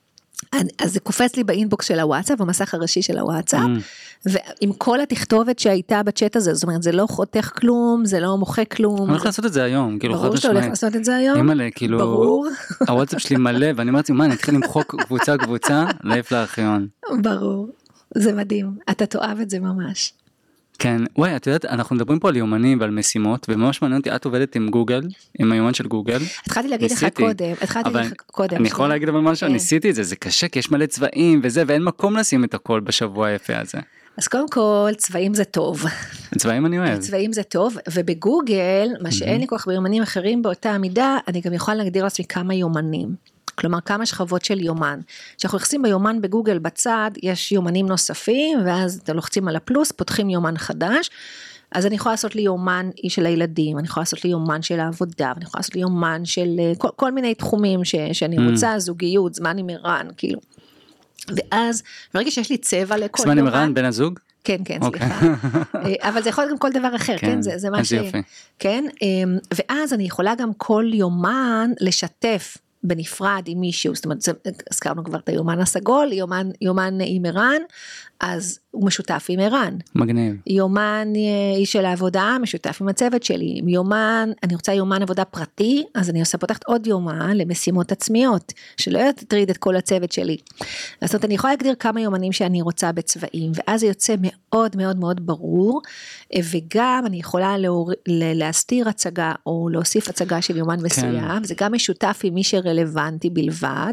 אז זה קופץ לי באינבוקס של הוואטסאפ, במסך הראשי של הוואטסאפ, ועם כל התכתובת שהייתה בצ'אט הזה, זאת אומרת, זה לא חותך כלום, זה לא מוחק כלום. אני הולך לעשות את זה היום, כאילו, ברור שאתה הולך לעשות את זה היום? אימא'לה, כאילו, ברור. הוואטסאפ שלי מלא, ואני אומרת, מה, אני אתחיל למחוק קבוצה, להעיף לארכיון. ברור, זה מדהים, אתה תאהב את זה ממש. כן, וואי, את יודעת, אנחנו מדברים פה על יומנים ועל משימות, וממש מעניין אותי, את עובדת עם גוגל, עם היומן של גוגל. התחלתי להגיד לך קודם. אני יכול להגיד אבל משהו, ניסיתי את זה, זה קשה, כי יש מלא צבעים וזה, ואין מקום לשים את הכל בשבוע היפה הזה. אז קודם כל, צבעים זה טוב. צבעים אני אוהב. צבעים זה טוב, ובגוגל, מה שאין לי כל כך ביומנים אחרים באותה המידה, אני גם יכולה להגדיר לעצמי כמה יומנים. כלומר, כמה שכבות של יומן. כשאנחנו לוחצים ביומן בגוגל בצד, יש יומנים נוספים, ואז אתם לוחצים על הפלוס, פותחים יומן חדש, אז אני יכולה לעשות לי יומן של הילדים, אני יכולה לעשות לי יומן של העבודה, ואני יכולה לעשות לי יומן של כל מיני תחומים שאני רוצה, זוגיות, זמן עם ערן, כאילו. ואז, ברגע שיש לי צבע לכל זמן עם ערן, בן הזוג? כן, סליחה. אבל זה יכול להיות גם כל דבר אחר, כן? זה מה ש... כן? ואז אני יכולה גם כל יומן לשתף בנפרד עם מישהו, זאת אומרת, הזכרנו כבר את היומן הסגול, יומן עם ערן, אז הוא משותף עם ערן. מגניב. יומן של העבודה, משותף עם הצוות שלי. יומן, אני רוצה יומן עבודה פרטי, אז אני פותחת עוד יומן למשימות עצמיות, שלא יטריד את כל הצוות שלי. זאת אומרת, אני יכולה להגדיר כמה יומנים שאני רוצה בצבעים, ואז זה יוצא מאוד מאוד מאוד ברור, וגם אני יכולה להסתיר הצגה, או להוסיף הצגה של יומן מסוים, זה גם משותף עם מי שרלוונטי בלבד,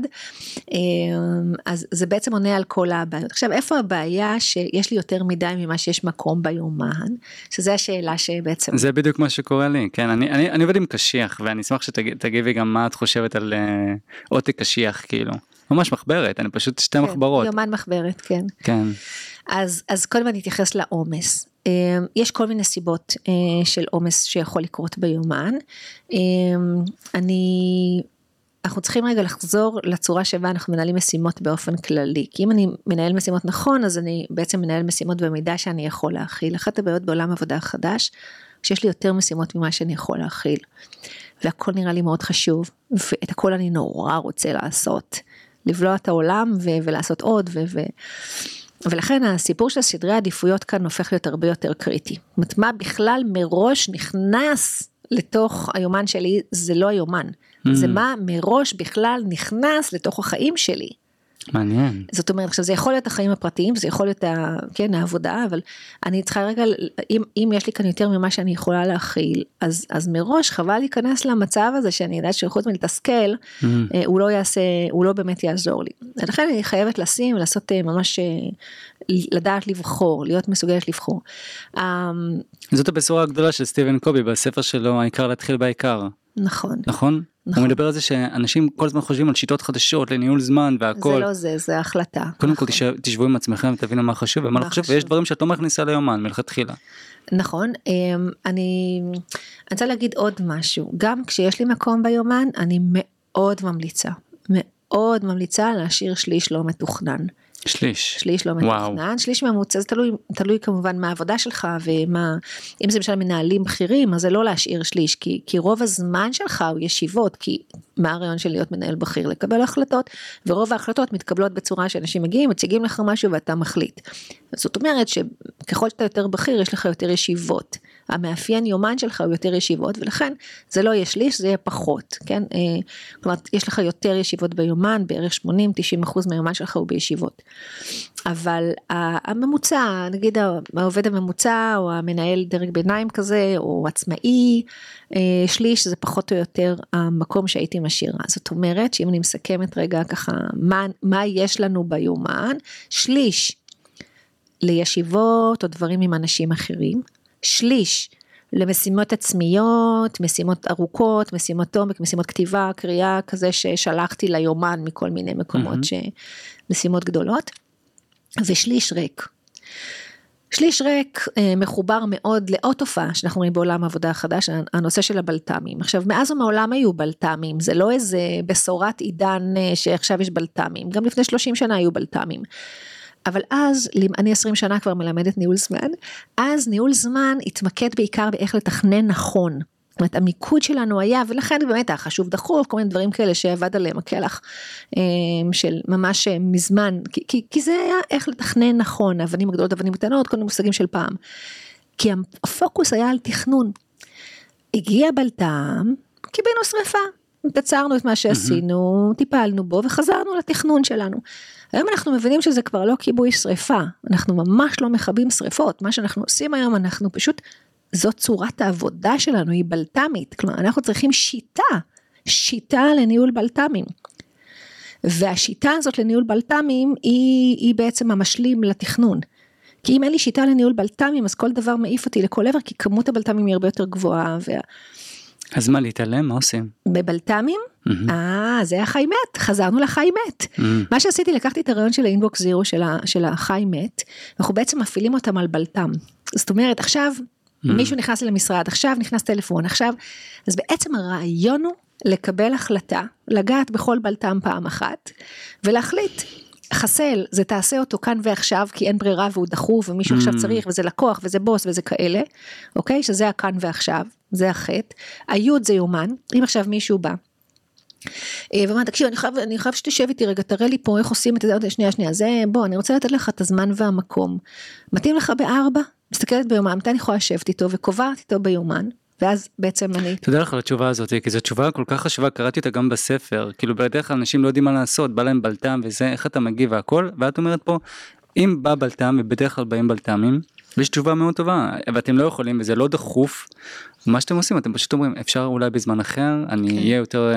אז זה בעצם עונה על כל הבעיות. עכשיו, איפה הבעיה שיש לי יותר מדי ממה שיש מקום ביומן, שזה השאלה שבעצם... זה בדיוק מה שקורה לי, כן, אני עובד עם קשיח, ואני אשמח שתגיבי גם מה את חושבת על עותק קשיח, כאילו. ממש מחברת, אני פשוט 2 מחברות. יומן מחברת, כן. כן. אז קודם אני אתייחס לעומס. יש כל מיני סיבות של עומס שיכול לקרות ביומן. אנחנו צריכים רגע לחזור לצורה שבה אנחנו מנהלים משימות באופן כללי, כי אם אני מנהל משימות נכון, אז אני בעצם מנהל משימות במידה שאני יכול להכיל. אחת הבעיות בעולם עבודה חדש, שיש לי יותר משימות ממה שאני יכול להכיל, והכל נראה לי מאוד חשוב, ואת הכל אני נורא רוצה לעשות, לבלוע את העולם ולעשות עוד, ולכן הסיפור של סדרי העדיפויות כאן הופך להיות הרבה יותר קריטי. זאת אומרת, מה בכלל מראש נכנס לתוך היומן שלי, זה לא היומן. זה מה מראש בכלל נכנס לתוך החיים שלי. מעניין. זאת אומרת, עכשיו זה יכול להיות החיים הפרטיים, זה יכול להיות העבודה, אבל אני צריכה רגע, אם יש לי כאן יותר ממה שאני יכולה להכיל, אז מראש חבל להיכנס למצב הזה, שאני יודעת שחוץ מלתסכל, הוא לא באמת יעזור לי. לכן אני חייבת לעשות ממש, לדעת לבחור, להיות מסוגלת לבחור. זאת הבשורה הגדולה של סטיבן קובי, בספר שלו, העיקר להתחיל בעיקר. נכון. נכון? הוא מדבר על זה שאנשים כל הזמן חושבים על שיטות חדשות, לניהול זמן והכל. זה לא זה החלטה. קודם כל תשבו עם עצמכם ותבינו מה חשוב ומה לא חשוב, ויש דברים שאת לא מכניסה ליומן מלכתחילה. נכון, אני רוצה להגיד עוד משהו, גם כשיש לי מקום ביומן, אני מאוד ממליצה להשאיר שליש לא מתוכנן. שליש לא מתוכנן, שליש ממוצע, זה תלוי כמובן מה העבודה שלך, ומה, אם זה למשל מנהלים בכירים, אז זה לא להשאיר שליש, כי רוב הזמן שלך הוא ישיבות, כי מה הרעיון של להיות מנהל בכיר? לקבל החלטות, ורוב ההחלטות מתקבלות בצורה שאנשים מגיעים, מציגים לך משהו ואתה מחליט. זאת אומרת שככל שאתה יותר בכיר, יש לך יותר ישיבות. המאפיין יומן שלך הוא יותר ישיבות, ולכן זה לא יהיה שליש, זה יהיה פחות, כן? כלומר, יש לך יותר ישיבות ביומן, בערך 80-90% מהיומן שלך הוא בישיבות. אבל הממוצע, נגיד העובד הממוצע, או המנהל דרג ביניים כזה, או עצמאי, שליש זה פחות או יותר המקום שהייתי משאירה. זאת אומרת, שאם אני מסכמת רגע ככה, מה יש לנו ביומן? שליש לישיבות או דברים עם אנשים אחרים, שליש למשימות עצמיות, משימות ארוכות, משימות עומק, משימות כתיבה, קריאה, כזה ששלחתי ליומן מכל מיני מקומות, משימות גדולות, ושליש ריק. שליש ריק מחובר מאוד לעוד תופעה שאנחנו רואים בעולם העבודה החדש, הנושא של הבלת"מים. עכשיו, מאז ומעולם היו בלת"מים, זה לא איזה בשורת עידן שעכשיו יש בלת"מים, גם לפני 30 שנה היו בלת"מים. אבל אז, אני 20 שנה כבר מלמדת ניהול זמן, אז ניהול זמן התמקד בעיקר באיך לתכנן נכון. זאת אומרת, המיקוד שלנו היה, ולכן באמת היה חשוב דחוף, כל מיני דברים כאלה שעבד עליהם הכלח, של ממש מזמן, כי זה היה איך לתכנן נכון, אבנים הגדולות, אבנים קטנות, כל מיני מושגים של פעם. כי הפוקוס היה על תכנון. הגיע בלת"ם, קיבלנו שריפה, תצרנו את מה שעשינו, טיפלנו בו, וחזרנו לתכנון שלנו. היום אנחנו מבינים שזה כבר לא כיבוי שריפה, אנחנו ממש לא מכבים שריפות, מה שאנחנו עושים היום, אנחנו פשוט, זאת צורת העבודה שלנו, היא בלת"מית, כלומר, אנחנו צריכים שיטה לניהול בלת"מים, והשיטה הזאת לניהול בלת"מים, היא בעצם המשלים לתכנון, כי אם אין לי שיטה לניהול בלת"מים, אז כל דבר מעיף אותי לכל עבר, כי כמות הבלת"מים היא הרבה יותר גבוהה, אז מה, להתעלם? מה עושים? בבלת"מים? זה החי מת, חזרנו לחי מת. מה שעשיתי, לקחתי את הרעיון של האינבוקס זירו של החי מת, ואנחנו בעצם מפעילים אותם על בלת"ם. זאת אומרת, עכשיו מישהו נכנס למשרד, עכשיו נכנס טלפון, עכשיו, אז בעצם הרעיון הוא לקבל החלטה, לגעת בכל בלת"ם פעם אחת, ולהחליט, חסל, זה תעשה אותו כאן ועכשיו, כי אין ברירה והוא דחוף, ומישהו עכשיו צריך, וזה לקוח, וזה בוס, וזה כאלה, אוקיי? שזה הכאן ועכשיו, זה החטא. היוד זה יומן, אם עכשיו מישהו בא, ואומר, תקשיב, אני חייב שתשב איתי רגע, תראה לי פה איך עושים את זה, שנייה, זה, בוא, אני רוצה לתת לך את הזמן והמקום. מתאים לך ב4, מסתכלת ביומן, מתי אני יכולה לשבת איתו, וקובעת איתו ביומן, ואז בעצם אני... תודה לך על התשובה הזאת, כי זו תשובה כל כך חשובה, קראתי אותה גם בספר, כאילו בדרך כלל אנשים לא יודעים מה לעשות, בא להם בלת"ם וזה, איך אתה מגיב והכל, ואת אומרת פה, אם בא בלת"ם, ובדרך כלל באים בלת"מים, ויש תשובה מאוד טובה, ואתם לא יכולים, וזה לא דחוף, מה שאתם עושים, אתם פשוט אומרים, אפשר אולי בזמן אחר, אני אהיה יותר...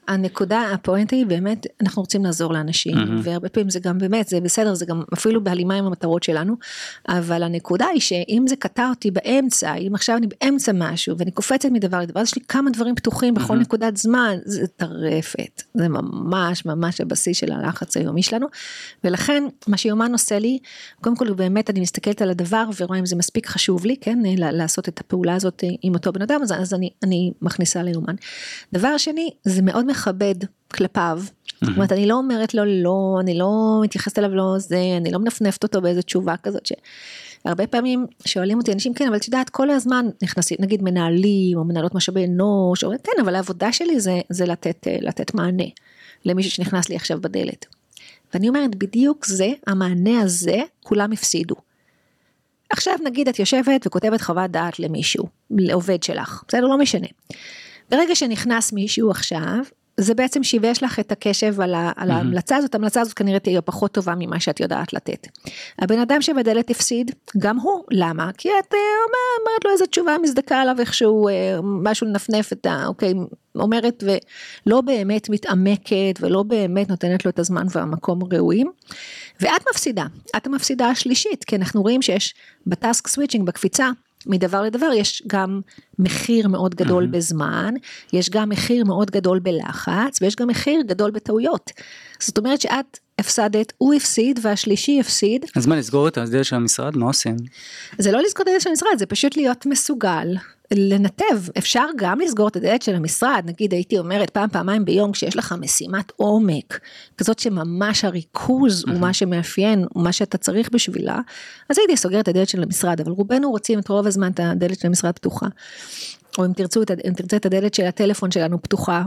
הנקודה, הפואנטה היא באמת, אנחנו רוצים לעזור לאנשים, והרבה פעמים זה גם באמת, זה בסדר, זה גם אפילו בהלימה עם המטרות שלנו, אבל הנקודה היא שאם זה קטע אותי באמצע, אם עכשיו אני באמצע משהו, ואני קופצת מדבר לדבר, אז יש לי כמה דברים פתוחים בכל נקודת זמן, זה טרפת, זה ממש ממש הבסיס של הלחץ היומי שלנו, ולכן מה שיומן עושה לי, קודם כל באמת אני מסתכלת על הדבר, ורואה אם זה מספיק חשוב לי, כן, לעשות את הפעולה הזאת עם אותו בן אדם, אז אני מכניסה ליומן. דבר שני, זה מאוד מכבד כלפיו, זאת אומרת, אני לא אומרת לו לא, אני לא מתייחסת אליו לא זה, אני לא מנפנפת אותו באיזו תשובה כזאת, שהרבה פעמים שואלים אותי אנשים, כן, אבל את יודעת, כל הזמן נכנסים, נגיד מנהלים, או מנהלות משאבי אנוש, או כן, אבל העבודה שלי זה לתת מענה, למישהו שנכנס לי עכשיו בדלת. ואני אומרת, בדיוק זה, המענה הזה, כולם הפסידו. עכשיו נגיד את יושבת וכותבת חוות דעת למישהו, לעובד שלך, בסדר, לא משנה. ברגע שנכנס מישהו עכשיו, זה בעצם שיבש לך את הקשב על ההמלצה הזאת, ההמלצה הזאת כנראה תהיה פחות טובה ממה שאת יודעת לתת. הבן אדם שבדלת הפסיד, גם הוא, למה? כי את אומרת לו איזו תשובה מזדקה עליו איכשהו, משהו לנפנף את אוקיי, אומרת ולא באמת מתעמקת, ולא באמת נותנת לו את הזמן והמקום ראויים, ואת מפסידה, את המפסידה השלישית, כי אנחנו רואים שיש בטאסק סוויצ'ינג, בקפיצה, מדבר לדבר, יש גם מחיר מאוד גדול בזמן, יש גם מחיר מאוד גדול בלחץ, ויש גם מחיר גדול בטעויות. זאת אומרת שאת הפסדת, הוא הפסיד, והשלישי הפסיד. אז מה, לסגור את הדלת של המשרד? מה עושים? זה לא לסגור את הדלת של המשרד, זה פשוט להיות מסוגל, לנתב. אפשר גם לסגור את הדלת של המשרד, נגיד הייתי אומרת פעמיים ביום, כשיש לך משימת עומק, כזאת שממש הריכוז הוא מה שמאפיין, הוא מה שאתה צריך בשבילה, אז הייתי סוגרת את הדלת של המשרד, אבל רובנו רוצים את רוב הזמן את הדלת של המשרד פתוחה, או אם תרצה את הדלת של הטלפון שלנו פתוחה,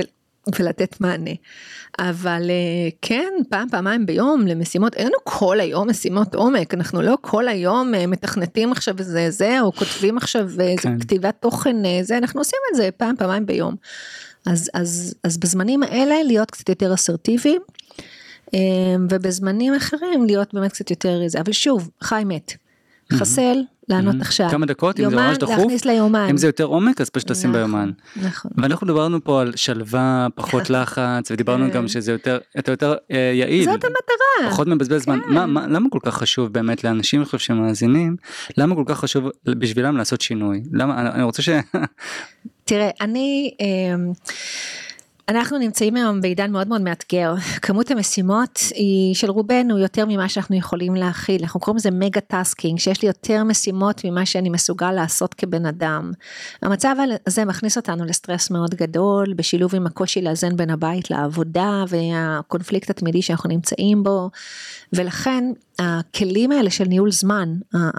ולתת מענה. אבל כן, פעמיים ביום למשימות, אין לנו כל היום משימות עומק, אנחנו לא כל היום מתכנתים עכשיו זה, או כותבים עכשיו כתיבת תוכן זה, אנחנו עושים את זה פעמיים ביום. אז בזמנים האלה להיות קצת יותר אסרטיביים, ובזמנים אחרים להיות באמת קצת יותר זה, אבל שוב, חי מת. חסל, לענות עכשיו. כמה דקות, אם זה ממש דחוף, להכניס ליומן. אם זה יותר עומק, אז פשוט לשים ביומן. נכון. ואנחנו דיברנו פה על שלווה, פחות לחץ, ודיברנו גם שזה יותר יעיל. זאת המטרה. פחות מבזבז זמן. למה כל כך חשוב באמת לאנשים שמאזינים, למה כל כך חשוב בשבילם לעשות שינוי? אני רוצה תראה, אנחנו נמצאים היום בעידן מאוד מאוד מאתגר, כמות המשימות היא של רובנו יותר ממה שאנחנו יכולים להכיל, אנחנו קוראים לזה מגה טאסקינג, שיש לי יותר משימות ממה שאני מסוגל לעשות כבן אדם, המצב הזה מכניס אותנו לסטרס מאוד גדול, בשילוב עם הקושי לאזן בין הבית לעבודה, והקונפליקט התמידי שאנחנו נמצאים בו, ולכן הכלים האלה של ניהול זמן,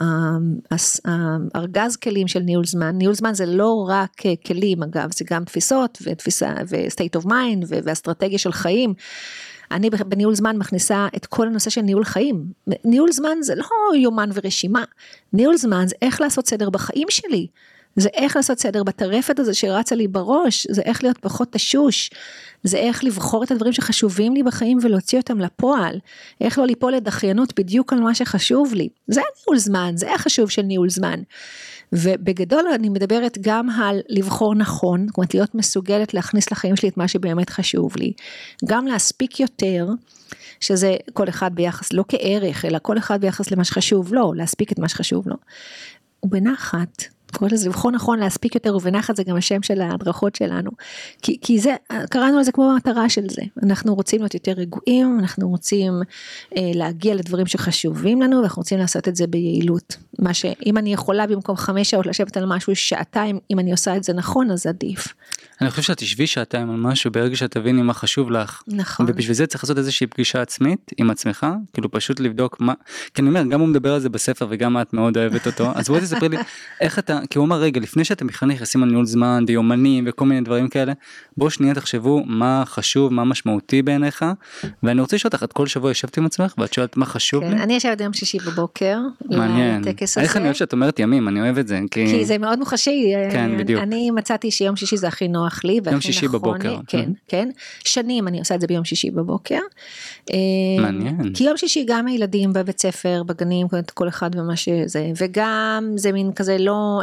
ארגז כלים של ניהול זמן זה לא רק כלים אגב, זה גם תפיסות ותפיסה ו-state of mind ואסטרטגיה של חיים, אני בניהול זמן מכניסה את כל הנושא של ניהול חיים, ניהול זמן זה לא יומן ורשימה, ניהול זמן זה איך לעשות סדר בחיים שלי, זה איך לעשות סדר בטרפת הזה שרצה לי בראש, זה איך להיות פחות תשוש, זה איך לבחור את הדברים שחשובים לי בחיים ולהוציא אותם לפועל, איך לא ליפול לדחיינות בדיוק על מה שחשוב לי, זה ניהול זמן, זה החשוב של ניהול זמן, ובגדול אני מדברת גם על לבחור נכון, זאת אומרת להיות מסוגלת להכניס לחיים שלי את מה שבאמת חשוב לי, גם להספיק יותר, שזה כל אחד ביחס, לא כערך, אלא כל אחד ביחס למה שחשוב לו, להספיק את מה שחשוב לו, ובנחת, קוראים לזה לבחור נכון להספיק יותר, ובנחת זה גם השם של ההדרכות שלנו, כי זה, קראנו על זה כמו המטרה של זה, אנחנו רוצים להיות יותר רגועים, אנחנו רוצים להגיע לדברים שחשובים לנו, ואנחנו רוצים לעשות את זה ביעילות, מה שאם אני יכולה במקום 5 שעות לשבת על משהו, שעתיים, אם אני עושה את זה נכון, אז עדיף. אני חושב שאת תשבי שעתיים על משהו, ברגע שאת תביני מה חשוב לך, נכון. ובשביל זה צריך לעשות איזושהי פגישה עצמית עם עצמך, כאילו פשוט לבדוק מה, כי אני אומר, גם הוא מדבר על זה בספר, וגם את מאוד אוהבת אותו, אז בואי תספרי לי, איך אתה, כי הוא אומר, רגע, לפני שאתם בכלל נכנסים על ניהול זמן, דיומנים וכל מיני דברים כאלה, בואו שנייה תחשבו מה חשוב, מה משמעותי בעיניך, ואני רוצה לשאול אותך, את כל שבוע ישבת עם עצמך, ואת שואלת מה חשוב לי? אני ישבת יום שישי בבוקר, מעניין. איך אני אוהב שאת אומרת ימים, אני אוהב את זה, כי זה מאוד מוחשי, כן, בדיוק. אני מצאתי שיום שישי זה הכי נוח לי, יום שישי בבוקר. כן, כן. שנים אני עושה את זה ביום שישי בבוקר. מעניין. כי יום שישי גם הילדים בבית ספר, בגנים, כל אחד ומה שזה, וגם זה מין כזה לא,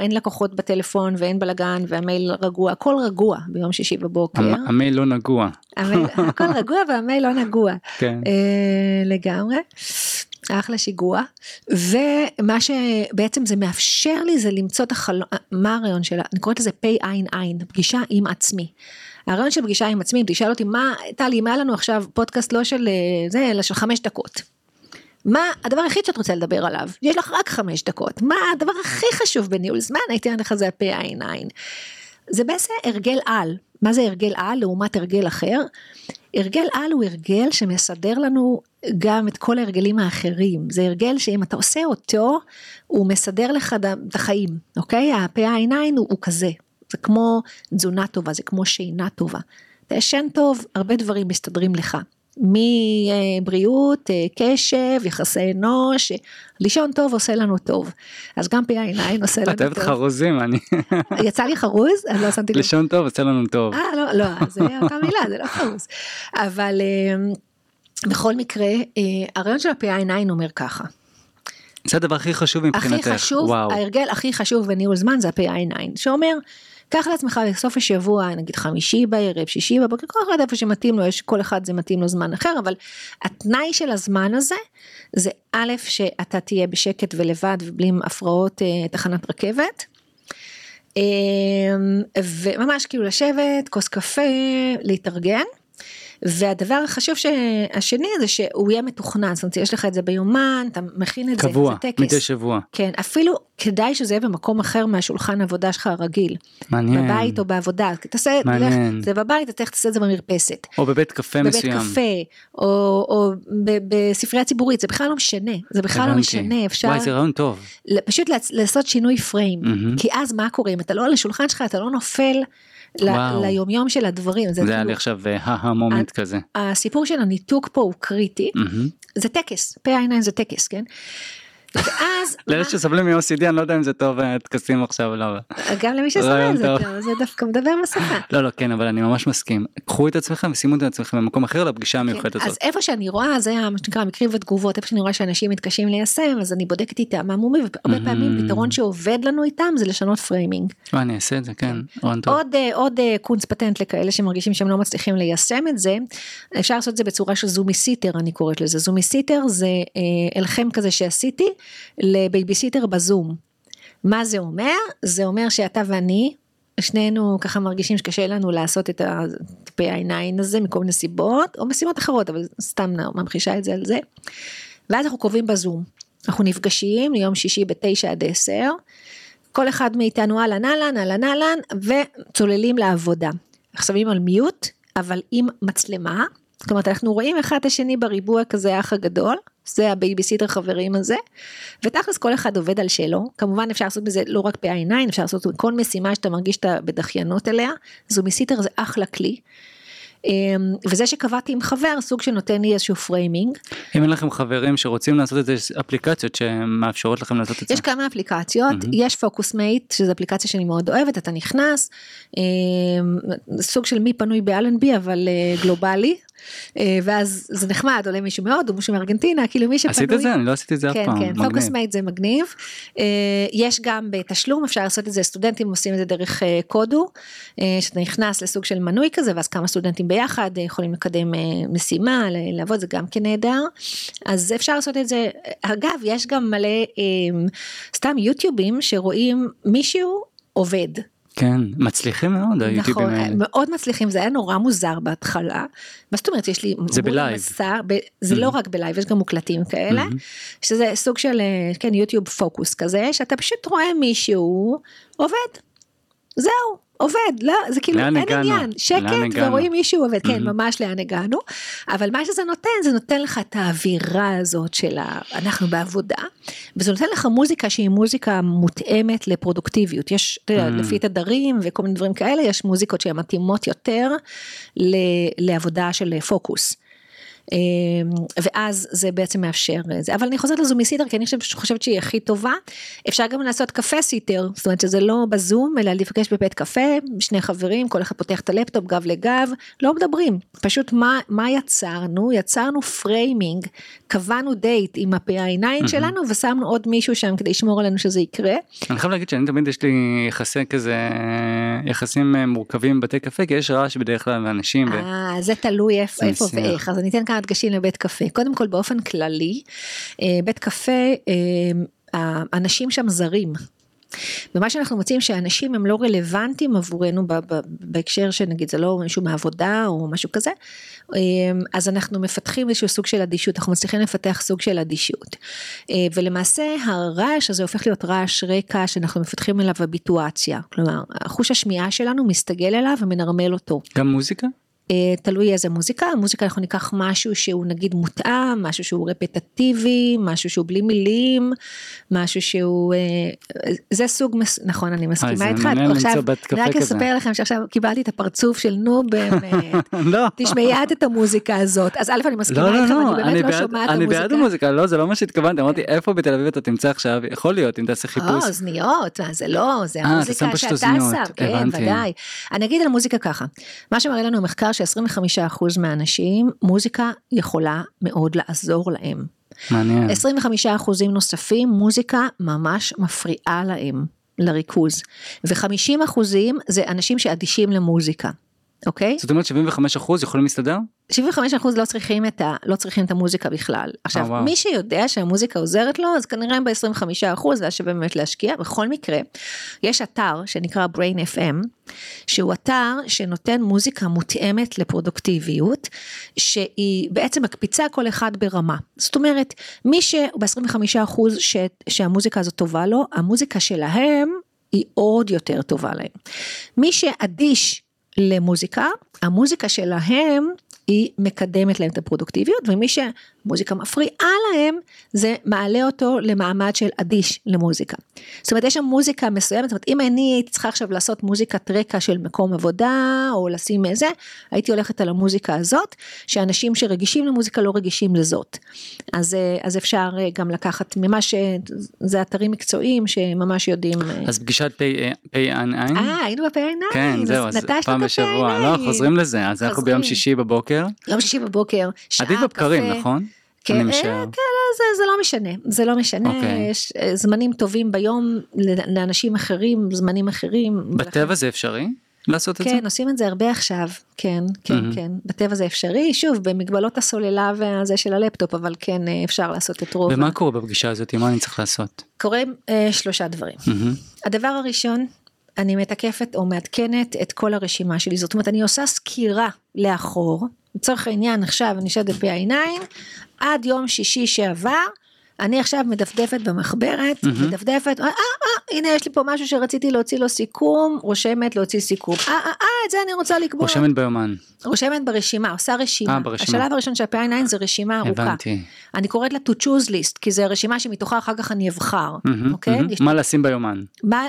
אין לקוחות בטלפון ואין בלגן והמייל רגוע, הכל רגוע ביום שישי בבוקר. המייל לא נגוע. הכל רגוע והמייל לא נגוע. כן. לגמרי. אחלה שיגוע. ומה שבעצם זה מאפשר לי זה למצוא את החלום, מה הרעיון שלה? אני קוראת לזה פי עין, פגישה עם עצמי. הרעיון של פגישה עם עצמי, תשאל אותי, טלי, מה לנו עכשיו פודקאסט לא של זה, אלא של 5 דקות. מה הדבר הכי שאת רוצה לדבר עליו? יש לך רק 5 דקות. מה הדבר הכי חשוב בניהול זמן? הייתי לך זה הפי עין. זה בעצם הרגל על. מה זה הרגל על לעומת הרגל אחר? הרגל על הוא הרגל שמסדר לנו גם את כל ההרגלים האחרים. זה הרגל שאם אתה עושה אותו, הוא מסדר לך את החיים. אוקיי? הפי עין הוא כזה. זה כמו תזונה טובה, זה כמו שינה טובה. אתה ישן טוב, הרבה דברים מסתדרים לך. מבריאות, קשב, יחסי אנוש, לישון טוב עושה לנו טוב. אז גם פי עין עושה לנו טוב. את אוהבת חרוזים, אני... יצא לי חרוז? אני לא שמתי לב. לישון טוב עושה לנו טוב. לא, זה אותה מילה, זה לא חרוז. אבל בכל מקרה, הרעיון של הפי עין אומר ככה. זה הדבר הכי חשוב מבחינתך. הכי חשוב, ההרגל הכי חשוב בניהול זמן זה הפי עין, שאומר, קח לעצמך בסוף השבוע, נגיד 5 בערב, 6 בבוקר, כל אחד איפה שמתאים לו, יש כל אחד זה מתאים לו זמן אחר, אבל התנאי של הזמן הזה, זה א' שאתה תהיה בשקט ולבד, ובלי הפרעות תחנת רכבת, וממש כאילו לשבת, כוס קפה, להתארגן, והדבר החשוב השני זה שהוא יהיה מתוכנן, זאת אומרת יש לך את זה ביומן, אתה מכין את קבוע, זה, זה טקס. מדי שבוע. כן, אפילו כדאי שזה יהיה במקום אחר מהשולחן העבודה שלך הרגיל. מעניין. בבית או בעבודה, תעשה, מעניין. זה בבית, אתה תעשה את זה במרפסת. או בבית קפה מסוים. בבית קפה, או בספרייה ציבורית, זה בכלל לא משנה, זה בכלל לא משנה, אפשר... וואי, זה רעיון טוב. פשוט לעשות שינוי פריים, כי אז מה קורה? אם אתה לא על השולחן שלך, אתה לא נופל ליומיום של הדברים. זה היה לי עכשיו המומנט כזה. הסיפור של הניתוק פה הוא קריטי, זה טקס, פי עין זה טקס, כן? ואז... לאלה שסבלים מ-OCD, אני לא יודע אם זה טוב, תקסים עכשיו, לא. גם למי שסבל זה טוב, זה דווקא מדבר בשפה. לא, כן, אבל אני ממש מסכים. קחו את עצמכם ושימו את עצמכם במקום אחר לפגישה המיוחדת הזאת. אז איפה שאני רואה, זה מה שנקרא מקרים ותגובות, איפה שאני רואה שאנשים מתקשים ליישם, אז אני בודקת איתם, והרבה פעמים פתרון שעובד לנו איתם, זה לשנות פריימינג. אני אעשה את זה, כן. עוד קונץ פטנט לכאלה שמרגישים שהם לא מצליחים ליישם את זה, אפשר לעשות את זה בצורה של זומיסיטר, אני קוראת לזה. זומיסיטר זה אלחם כזה שעשיתי לבייביסיטר בזום. מה זה אומר? זה אומר שאתה ואני, שנינו ככה מרגישים שקשה לנו לעשות את הפי עין הזה מכל מיני סיבות, או משימות אחרות, אבל סתם ממחישה את זה על זה. ואז אנחנו קובעים בזום. אנחנו נפגשים ליום שישי 9 עד 10, כל אחד מאיתנו אהלן, וצוללים לעבודה. עכשיו שמים על מיוט, אבל עם מצלמה, זאת אומרת, אנחנו רואים אחד השני בריבוע כזה האח הגדול, זה הבייביסיטר חברים הזה, ותכלס כל אחד עובד על שלו, כמובן אפשר לעשות בזה לא רק פי עין, אפשר לעשות כל משימה שאתה מרגיש שאתה בדחיינות אליה, זומיסיטר זה אחלה כלי, וזה שקבעתי עם חבר, סוג שנותן לי איזשהו פריימינג. אם אין לכם חברים שרוצים לעשות את זה, אפליקציות שמאפשרות לכם לעשות את זה? יש כמה אפליקציות, יש פוקוסמייט, שזו אפליקציה שאני מאוד אוהבת, אתה נכנס, סוג של מי פנוי באלנבי, אבל גלובלי, ואז זה נחמד, עולה מישהו מאוד, או מישהו מארגנטינה, כאילו מי שפנוי. עשית את זה? אני לא עשיתי את זה אף פעם. כן, פוקוסמייט זה מגניב. יש גם בתשלום, אפשר לעשות את זה, סטודנטים עושים את זה דרך קודו, שאתה נכנס לסוג של מנוי כזה, ואז כמה סטודנטים ביחד יכולים לקדם משימה, לעבוד, זה גם כנהדר. אז אפשר לעשות את זה. אגב, יש גם מלא סתם יוטיובים שרואים מישהו עובד. כן, מצליחים מאוד היוטיובים האלה. נכון, מאוד מצליחים, זה היה נורא מוזר בהתחלה, מה זאת אומרת, יש לי... זה בלייב. זה לא רק בלייב, יש גם מוקלטים כאלה, שזה סוג של, כן, יוטיוב פוקוס כזה, שאתה פשוט רואה מישהו עובד, זהו, עובד, לא, זה כאילו אין עניין, שקט ורואים מישהו עובד, כן, ממש לאן הגענו, אבל מה שזה נותן, זה נותן לך את האווירה הזאת של אנחנו בעבודה, וזה נותן לך מוזיקה שהיא מוזיקה מותאמת לפרודוקטיביות, יש לפי תדרים וכל מיני דברים כאלה, יש מוזיקות שהן מתאימות יותר לעבודה של פוקוס, ואז זה בעצם מאפשר זה, אבל אני חוזרת לזום סיטר, כי אני חושבת שהיא הכי טובה, אפשר גם לעשות קפה סיטר, זאת אומרת שזה לא בזום, אלא לפגש בבית קפה, שני חברים, כל אחד פותח את הלפטופ גב לגב, לא מדברים, פשוט מה יצרנו? יצרנו פריימינג, קבענו דייט עם ה-PI9 שלנו, ושמנו עוד מישהו שם כדי לשמור עלינו שזה יקרה. אני חייב להגיד שאני תמיד יש לי יחסים מורכבים בבתי קפה, כי יש רעש בדרך כלל לאנשים. זה תלוי איפה ואיך, אז אני אתן כמה דגשים לבית קפה. קודם כל באופן כללי, בית קפה, האנשים שם זרים. ומה שאנחנו מוצאים שהאנשים הם לא רלוונטיים עבורנו בהקשר שנגיד זה לא משהו מעבודה או משהו כזה, אז אנחנו מפתחים איזשהו סוג של אדישות, אנחנו מצליחים לפתח סוג של אדישות, ולמעשה הרעש הזה הופך להיות רעש רקע שאנחנו מפתחים אליו הביטואציה, כלומר החוש השמיעה שלנו מסתגל אליו ומנרמל אותו. גם מוזיקה? תלוי איזה מוזיקה, המוזיקה אנחנו ניקח משהו שהוא נגיד מותאם, משהו שהוא רפטטיבי, משהו שהוא בלי מילים, משהו שהוא, זה סוג, נכון אני מסכימה איתך, עכשיו אני רק אספר לכם שעכשיו קיבלתי את הפרצוף של נו באמת, תשמעי את המוזיקה הזאת, אז א' אני מסכימה איתך, אני באמת לא שומעת את המוזיקה. אני בעד המוזיקה, לא זה לא מה שהתכוונתי, אמרתי איפה בתל אביב אתה תמצא עכשיו, יכול להיות אם תעשה חיפוש. אוזניות, זה לא, זה המוזיקה שאתה שם, כן ודאי. אני אגיד על המוזיקה ככה, מה שמראה לנו המחקר ש25% מהאנשים, מוזיקה יכולה מאוד לעזור להם. מעניין. 25% נוספים, מוזיקה ממש מפריעה להם, לריכוז. ו50% זה אנשים שאדישים למוזיקה. אוקיי? זאת אומרת 75% יכולים להסתדר? 75% לא צריכים את המוזיקה בכלל. עכשיו, מי שיודע שהמוזיקה עוזרת לו, אז כנראה ב-25%, זה שווה באמת להשקיע. בכל מקרה, יש אתר שנקרא Brain FM, שהוא אתר שנותן מוזיקה מותאמת לפרודוקטיביות, שהיא בעצם מקפיצה כל אחד ברמה. זאת אומרת, מי שב-25% שהמוזיקה הזאת טובה לו, המוזיקה שלהם היא עוד יותר טובה להם. מי שאדיש למוזיקה, המוזיקה שלהם היא מקדמת להם את הפרודוקטיביות, ומי שמוזיקה מפריעה להם, זה מעלה אותו למעמד של אדיש למוזיקה. זאת אומרת, יש שם מוזיקה מסוימת, זאת אומרת, אם אני הייתי צריכה עכשיו לעשות מוזיקת רקע של מקום עבודה, או לשים איזה, הייתי הולכת על המוזיקה הזאת, שאנשים שרגישים למוזיקה לא רגישים לזאת. אז אפשר גם לקחת ממש, זה אתרים מקצועיים שממש יודעים. אז פגישת PI9? היינו ב-PI9. כן, זהו, אז פעם בשבוע, לא, חוזרים לזה, אז אנחנו ביום שישי בבוקר. יום שישי בבוקר, שעה עדיף בבקרים, נכון? כן, זה לא משנה, זה לא משנה, יש זמנים טובים ביום לאנשים אחרים, זמנים אחרים. בטבע זה אפשרי לעשות את זה? כן, עושים את זה הרבה עכשיו, כן, בטבע זה אפשרי, שוב, במגבלות הסוללה והזה של הלפטופ, אבל כן אפשר לעשות את רוב. ומה קורה בפגישה הזאת, מה אני צריך לעשות? קוראים 3 דברים. הדבר הראשון, אני מתקפת או מעדכנת את כל הרשימה שלי, זאת אומרת, אני עושה סקירה לאחור, לצורך העניין עכשיו אני שואלת ב-PI9, עד יום שישי שעבר, אני עכשיו מדפדפת במחברת, מדפדפת, הנה יש לי פה משהו שרציתי להוציא לו סיכום, רושמת להוציא סיכום, את זה אני רוצה לקבוע. רושמת ביומן. רושמת ברשימה, עושה רשימה. השלב הראשון של PI9 זה רשימה ארוכה. הבנתי. אני קוראת לה to choose list, כי זה רשימה שמתוכה אחר כך אני אבחר. אוקיי? מה לשים ביומן?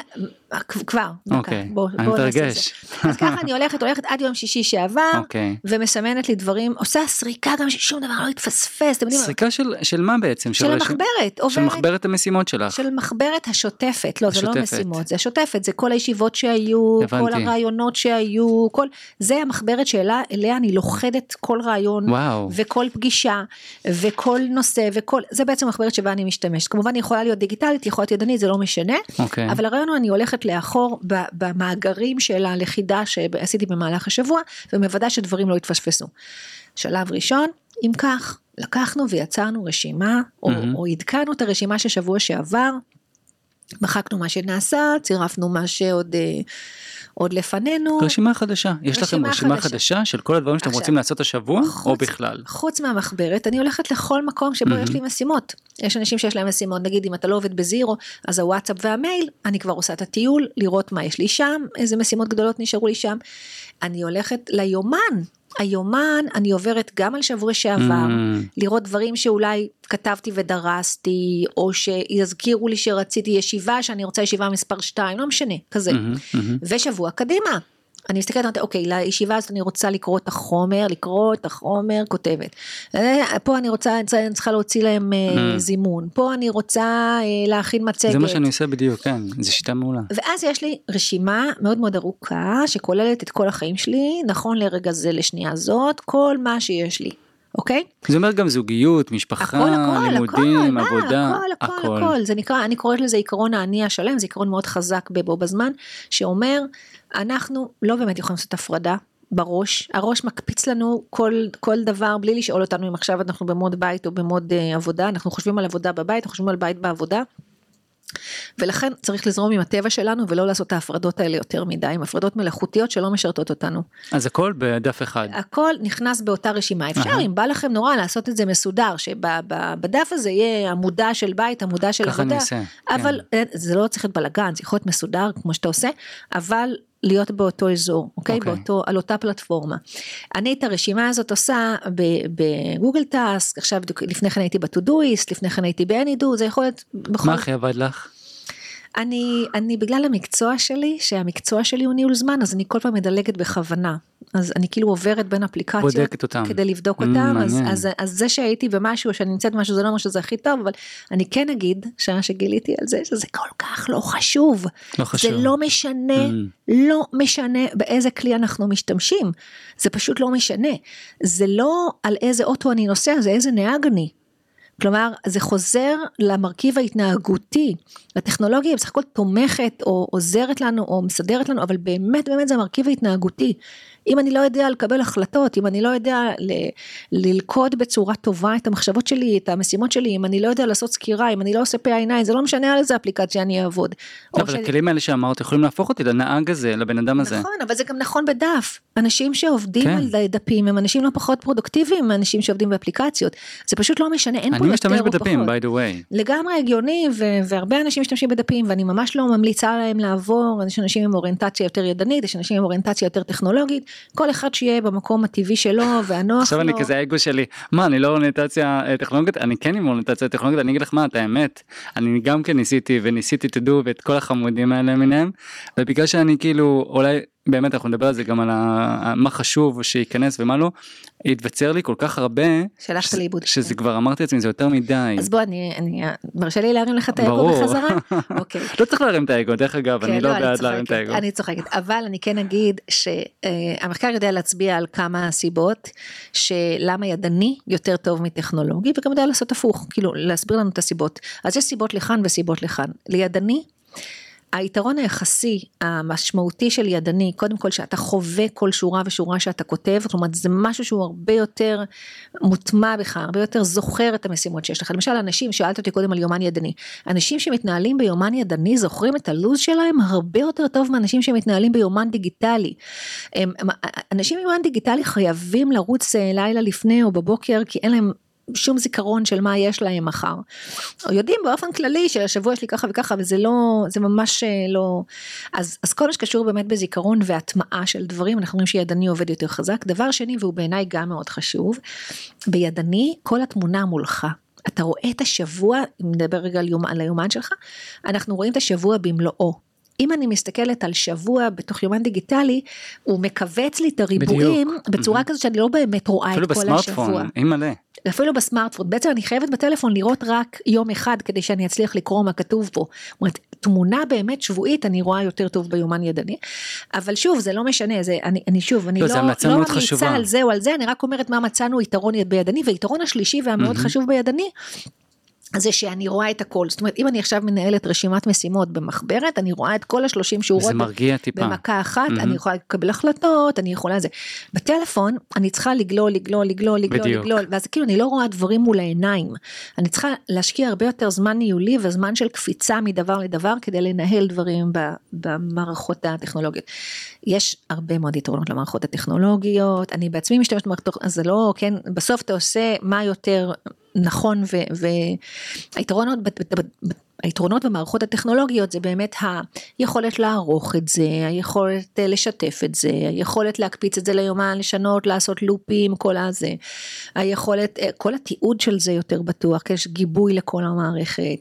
כבר, אוקיי, אני מתרגש. אז ככה אני הולכת עד יום שישי שעבר, ומסמנת לי דברים, עושה סריקה גם ששום דבר לא יתפספס. סריקה של מה בעצם? של המחברת. של מחברת המשימות שלך. של מחברת השוטפת, לא, זה לא המשימות, זה השוטפת, זה כל הישיבות שהיו, כל הרעיונות שהיו, זה המחברת שאליה אני לוחדת כל רעיון, וכל פגישה, וכל נושא, זה בעצם המחברת שבה אני משתמשת. כמובן היא יכולה להיות דיגיטלית, היא יכולה להיות ידנית, זה לא משנה, אבל הרעיון הוא אני הולכת לאחור במאגרים של הלכידה שעשיתי במהלך השבוע, ומוודא שדברים לא יתפספסו. שלב ראשון, אם כך, לקחנו ויצרנו רשימה, או עדכנו את הרשימה של שבוע שעבר, מחקנו מה שנעשה, צירפנו מה שעוד לפנינו. רשימה חדשה. יש לכם רשימה חדשה של כל הדברים שאתם רוצים לעשות השבוע, או בכלל? חוץ מהמחברת, אני הולכת לכל מקום שבו יש לי משימות. יש אנשים שיש להם משימות, נגיד אם אתה לא עובד בזירו, אז הוואטסאפ והמייל, אני כבר עושה את הטיול, לראות מה יש לי שם, איזה משימות גדולות נשארו לי שם. אני הולכת ליומן. היומן, אני עוברת גם על שבוע שעבר, לראות דברים שאולי כתבתי ודרסתי, או שיזכירו לי שרציתי ישיבה, שאני רוצה ישיבה מספר 2, לא משנה, כזה. ושבוע קדימה, אני מסתכלת, אוקיי, לישיבה הזאת אני רוצה לקרוא את החומר, כותבת. פה אני צריכה להוציא להם זימון, פה אני רוצה להכין מצגת. זה מה שאני עושה בדיוק, כן, זו שיטה מעולה. ואז יש לי רשימה מאוד מאוד ארוכה, שכוללת את כל החיים שלי, נכון לרגע זה לשנייה הזאת, כל מה שיש לי. אוקיי? זה אומר גם זוגיות, משפחה, לימודים, עבודה, הכל. זה נקרא, אני קוראת לזה עיקרון האני השלם, זה עיקרון מאוד חזק בו בזמן, שאומר, אנחנו לא באמת יכולים לעשות הפרדה בראש, הראש מקפיץ לנו כל דבר, בלי לשאול אותנו אם עכשיו אנחנו במוד בית או במוד עבודה, אנחנו חושבים על עבודה בבית, אנחנו חושבים על בית בעבודה, ולכן צריך לזרום עם הטבע שלנו, ולא לעשות את ההפרדות האלה יותר מדי, עם הפרדות מלאכותיות שלא משרתות אותנו. אז הכל בדף אחד. הכל נכנס באותה רשימה. אפשר, אם בא לכם נורא לעשות את זה מסודר, שבדף הזה יהיה עמודה של בית, עמודה של עבודה, אבל זה לא צריך להיות בלגן, זה יכול להיות מסודר, כמו שאתה עושה, אבל להיות באותו אזור, אוקיי? על אותה פלטפורמה. אני את הרשימה הזאת עושה בגוגל טאסק, עכשיו לפני כן הייתי בטודויסט, לפני כן הייתי באנידו, זה יכול להיות מה הכי עבד לך? אני בגלל המקצוע שלי, שהמקצוע שלי הוא ניהול זמן, אז אני כל פעם מדלגת בכוונה, אז אני כאילו עוברת בין אפליקציות, בודקת אותם. כדי לבדוק אותם, אז זה שהייתי במשהו, שאני נמצאת במשהו, זה לא אומר שזה הכי טוב, אבל אני כן אגיד, שגיליתי על זה, שזה כל כך לא חשוב, זה לא משנה, לא משנה באיזה כלי אנחנו משתמשים, זה פשוט לא משנה, זה לא על איזה אוטו אני נוסע, זה איזה נהג אני, כלומר, זה חוזר למרכיב ההתנהגותי, הטכנולוגיה בסך הכל תומכת או עוזרת לנו או מסדרת לנו, אבל באמת זה המרכיב ההתנהגותי. אם אני לא יודע לקבל החלטות, אם אני לא יודע ללכוד בצורה טובה את המחשבות שלי, את המשימות שלי, אם אני לא יודע לעשות סקירה, אם אני לא עושה PI9, זה לא משנה על איזה אפליקציה אני אעבוד. אבל הכלים האלה שאמרת יכולים להפוך אותי לנהג הזה, לבן אדם הזה. נכון, אבל זה גם נכון בדף. אנשים שעובדים על דפים, הם אנשים לא פחות פרודוקטיביים, אנשים שעובדים באפליקציות. זה פשוט לא משנה, אין פה יותר או פחות. אני משתמש בדפים, by the way. לגמרי הגיוני, והרבה אנשים משתמשים בדפים, ואני ממש לא ממליצה להם לעבור, יש אנשים עם אוריינטציה יותר ידנית, יש אנשים עם אוריינטציה יותר טכנולוגית, כל אחד שיהיה במקום הטבעי שלו, והנוח עכשיו לו. אני כזה האגו שלי, מה, אני לא אוריינטציה טכנולוגית? אני כן עם אוריינטציה טכנולוגית, אני אגיד לך מה, את האמת, אני גם כן ניסיתי תדעו, ואת כל החמודים האלה מהם, ובגלל שאני כאילו, אולי, באמת אנחנו נדבר על זה גם על מה חשוב שייכנס ומה לא, התבצר לי כל כך הרבה, שלחת לאיבוד. שזה כבר אמרתי לעצמי, זה יותר מדי. אז בוא, מרשה לי להרים לך את האגו בחזרה? אוקיי. לא צריך להרים את האגו, דרך אגב, אני לא בעד להרים את האגו. אני צוחקת, אבל אני כן אגיד שהמחקר יודע להצביע על כמה סיבות, שלמה ידני יותר טוב מטכנולוגי, וגם יודע לעשות הפוך, כאילו להסביר לנו את הסיבות. אז יש סיבות לכאן וסיבות לכאן. לידני, היתרון היחסי המשמעותי של ידני, קודם כל שאתה חווה כל שורה ושורה שאתה כותב, זאת אומרת זה משהו שהוא הרבה יותר מוטמע בך, הרבה יותר זוכר את המשימות שיש לך, למשל אנשים, שאלת אותי קודם על יומן ידני, אנשים שמתנהלים ביומן ידני זוכרים את הלוז שלהם הרבה יותר טוב מאנשים שמתנהלים ביומן דיגיטלי, אנשים ביומן דיגיטלי חייבים לרוץ לילה לפני או בבוקר, כי אין להם שום זיכרון של מה יש להם מחר, או יודעים באופן כללי שהשבוע יש לי ככה וככה, וזה לא, זה ממש לא, אז כל מה שקשור באמת בזיכרון והטמעה של דברים, אנחנו רואים שידני עובד יותר חזק. דבר שני, והוא בעיניי גם מאוד חשוב, בידני כל התמונה מולך, אתה רואה את השבוע, אם נדבר רגע על היומן שלך, אנחנו רואים את השבוע במלואו, אם אני מסתכלת על שבוע בתוך יומן דיגיטלי, הוא מקווץ לי את הריבועים, בצורה כזאת שאני לא באמת רואה את כל השבוע. אפילו בסמארטפון, מלא. אפילו בסמארטפון, בעצם אני חייבת בטלפון לראות רק יום אחד, כדי שאני אצליח לקרוא מה כתוב פה. זאת אומרת, תמונה באמת שבועית, אני רואה יותר טוב ביומן ידני, אבל שוב, זה לא משנה, אני לא ממליצה על זה או על זה, אני רק אומרת מה מצאנו יתרון בידני, ויתרון השלישי והמאוד חשוב בידני, זה שאני רואה את הכל, זאת אומרת, אם אני עכשיו מנהלת רשימת משימות במחברת, אני רואה את כל 30 שורות במכה אחת, אני יכולה לקבל החלטות, אני יכולה זה. בטלפון, אני צריכה לגלול, ואז כאילו אני לא רואה דברים מול העיניים. אני צריכה להשקיע הרבה יותר זמן ניהולי, וזמן של קפיצה מדבר לדבר, כדי לנהל דברים במערכות הטכנולוגיות. יש הרבה מאוד יתרונות למערכות הטכנולוגיות, אני בעצמי משתמשת במערכות, אז זה לא, כן, בסוף אתה עושה מה יותר נכון, היתרונות במערכות הטכנולוגיות זה באמת היכולת לערוך את זה, היכולת לשתף את זה, היכולת להקפיץ את זה ליומן, לשנות, לעשות לופים, כל הזה, היכולת, כל התיעוד של זה יותר בטוח, כי יש גיבוי לכל המערכת,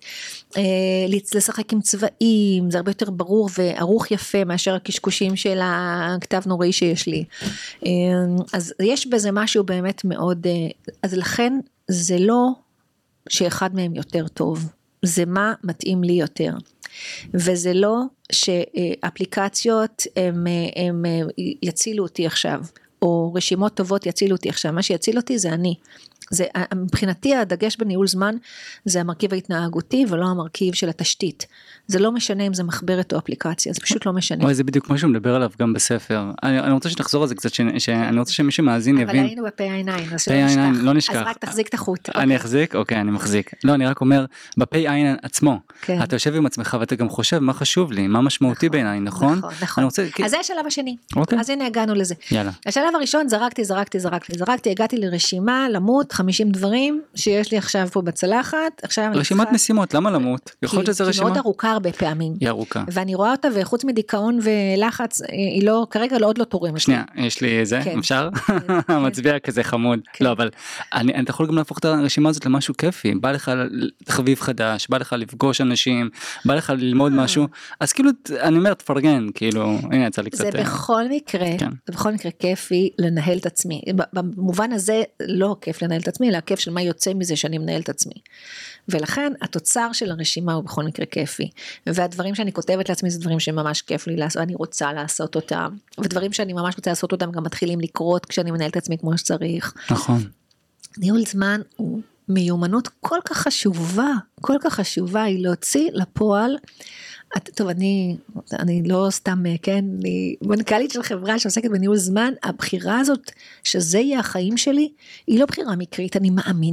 לשחק עם צבעים, זה הרבה יותר ברור וערוך יפה מאשר הקשקושים של הכתב נוראי שיש לי, אז יש בזה משהו באמת מאוד, אז לכן זה לא שאחד מהם יותר טוב, זה מה מתאים לי יותר, וזה לא שאפליקציות הם יצילו אותי עכשיו, או רשימות טובות יצילו אותי עכשיו, מה שיציל אותי זה אני, זה, מבחינתי הדגש בניהול זמן, זה המרכיב ההתנהגותי, ולא המרכיב של התשתית, זה לא משנה אם זה מחברת או אפליקציה, זה פשוט לא משנה. זה בדיוק מה שהוא מדבר עליו גם בספר, אני רוצה שנחזור על זה קצת, אני רוצה שמי שמאזין יבין. אבל היינו ב-PI9, אז לא נשכח. אז רק תחזיק את החוט. אני אחזיק? אוקיי, אני מחזיק. לא, אני רק אומר, ב-PI9 עצמו, אתה יושב עם עצמך ואתה גם חושב מה חשוב לי, מה משמעותי בעיניי, נכון? נכון. אז זה השלב השני. אז הנה הגענו לזה. יאללה. השלב הראשון, זרקתי, הגעתי לרשימה, למות, 50 דברים שיש לי עכשיו פה בצלחת. רשימת משימות, למה למות? יכול להיות שזה רשימה? כי מאוד ארוכה הרבה פעמים. היא ארוכה. ואני רואה אותה, וחוץ מדיכאון ולחץ, היא לא, כרגע עוד לא תורמת. שנייה, יש לי זה, אפשר? מצביע כזה חמוד. לא, אבל אתה יכול גם להפוך את הרשימה הזאת למשהו כיפי. בא לך חביב חדש, בא לך לפגוש אנשים, בא לך ללמוד משהו. אז כאילו, אני אומר, תפרגן, כאילו, הנה יצא לי קצת. זה בכל מקרה כיפי לנהל את עצמי. במובן הזה לא כיף לנהל את עצמי, אלא הכיף של מה יוצא מזה שאני מנהל את עצמי. ולכן התוצר של הרשימה הוא בכל מקרה כיפי, והדברים שאני כותבת לעצמי זה דברים שממש כיף לי לעשות, אני רוצה לעשות אותם, ודברים שאני ממש רוצה לעשות אותם גם מתחילים לקרות כשאני מנהלת את עצמי כמו שצריך. נכון. ניהול זמן הוא מיומנות כל כך חשובה, היא להוציא לפועל, טוב אני לא סתם, כן, אני מנכ"לית של חברה שעוסקת בניהול זמן, הבחירה הזאת שזה יהיה החיים שלי, היא לא בחירה מקרית, אני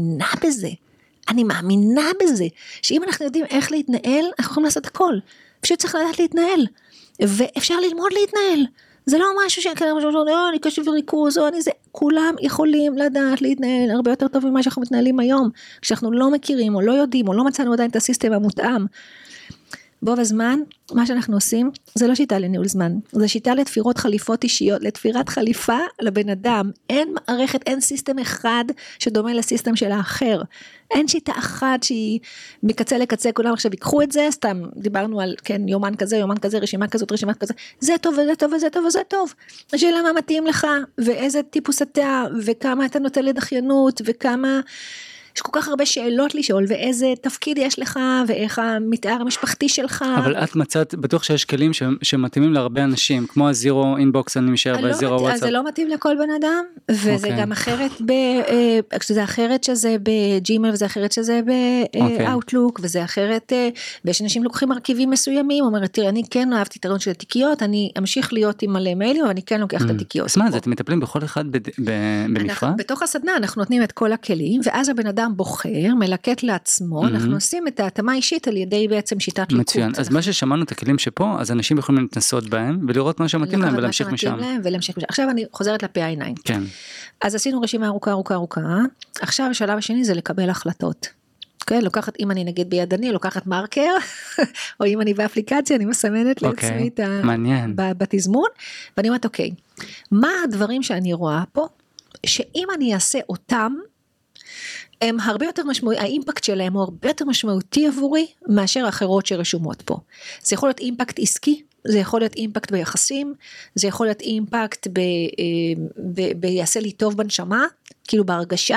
מאמינה בזה, שאם אנחנו יודעים איך להתנהל, אנחנו יכולים לעשות הכל, פשוט צריך לדעת להתנהל, ואפשר ללמוד להתנהל, זה לא משהו אני קשב וריכוז, כולם יכולים לדעת להתנהל הרבה יותר טוב ממה שאנחנו מתנהלים היום, כשאנחנו לא מכירים או לא יודעים, או לא מצאנו עדיין את הסיסטם המותאם, בו בזמן, מה שאנחנו עושים, זה לא שיטה לניהול זמן, זה שיטה לתפירות חליפות אישיות, לתפירת חליפה לבן אדם, אין מערכת, אין סיסטם אחד שדומה לסיסטם של האחר, אין שיטה אחת שהיא מקצה לקצה, כולם עכשיו ייקחו את זה, סתם דיברנו על, כן, יומן כזה, רשימה כזאת, זה טוב, וזה טוב, השאלה מה מתאים לך, ואיזה טיפוס אתה, וכמה אתה נוטה לדחיינות, וכמה, יש כל כך הרבה שאלות לשאול, ואיזה תפקיד יש לך, ואיך המתאר המשפחתי שלך. אבל את מצאת, בטוח שיש כלים שמתאימים להרבה אנשים, כמו הזירו אינבוקס, אני משאר בזירו וואטסאפ. זה לא מתאים לכל בן אדם, וזה גם אחרת, זה אחרת שזה בג'ימל, וזה אחרת שזה באוטלוק, וזה אחרת, ויש אנשים לוקחים מרכיבים מסוימים, אומרת, תראה, אני כן אהבתי את הרעיון של התיקיות, אני אמשיך להיות עם מלא מיילים, ואני כן לוקח את התיקיות. אז מה, אתם מטפלים בכל אחד בנפרד? בתוך הסדנה אנחנו נותנים את כל הכלים, ואז הבן אדם בוחר, מלקט לעצמו, אנחנו עושים את ההתאמה האישית על ידי בעצם שיטת ליקוט. מצוין, אז מה ששמענו את הכלים שפה, אז אנשים יכולים להתנסות בהם, ולראות מה שמתאים להם ולהמשיך משם. עכשיו אני חוזרת ל-PI9. כן. אז עשינו רשימה ארוכה, עכשיו השלב השני זה לקבל החלטות. כן, לוקחת, אם אני נגיד בידני, לוקחת מרקר, או אם אני באפליקציה, אני מסמנת לעצמי בתזמון, ואני אומרת, אוקיי, מה הדברים שאני רואה פה, שאם אני אעשה אותם, הם הרבה יותר האימפקט שלהם הוא הרבה יותר משמעותי עבורי, מאשר האחרות שרשומות פה. זה יכול להיות אימפקט עסקי, זה יכול להיות אימפקט ביחסים, זה יכול להיות אימפקט ביעשה לי טוב בנשמה, כאילו בהרגשה.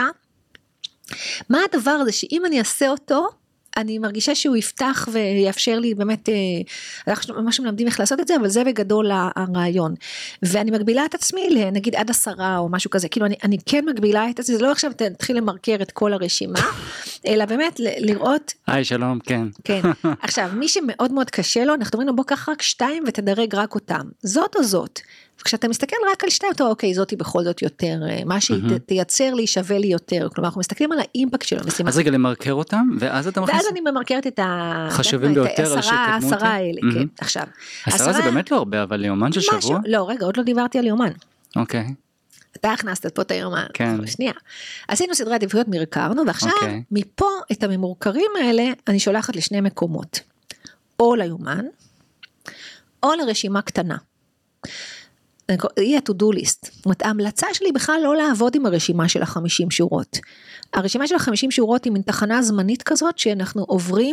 מה הדבר הזה שאם אני אעשה אותו, אני מרגישה שהוא יפתח ויאפשר לי באמת, אנחנו ממש מלמדים איך לעשות את זה, אבל זה בגדול הרעיון. ואני מגבילה את עצמי, נגיד עד 10 או משהו כזה, כאילו אני כן מגבילה את עצמי, זה לא עכשיו תתחיל למרקר את כל הרשימה, אלא באמת לראות. היי שלום, כן. כן. עכשיו, מי שמאוד מאוד קשה לו, אנחנו אומרים לו בוא קח רק 2 ותדרג רק אותם. זאת או זאת. וכשאתה מסתכל רק על 2, אוקיי, זאתי בכל זאת יותר, מה שהיא תייצר לי שווה לי יותר, כלומר, אנחנו מסתכלים על האימפקט שלו. אז רגע, למרקר אותם, ואז אתה מכניס... ואז אני ממרקרת את חשובים ביותר על שקדמו אותם? 10 האלה, כן, עכשיו. 10 זה באמת לא הרבה, אבל ליומן של שבוע? לא, רגע, עוד לא דיברתי על יומן. אוקיי. אתה הכנסת פה את היומן, כן. שנייה. עשינו סדרי עדיפויות, מרקרנו, ועכשיו מפה את הממורקרים האלה, אני שולחת לשני מקומות. או ליומן, או לרשימה קטנה. היא ה-to-do list. זאת אומרת, ההמלצה שלי בכלל לא לעבוד עם הרשימה של 50 שורות. הרשימה של 50 שורות היא מין תחנה זמנית כזאת, שאנחנו עוברים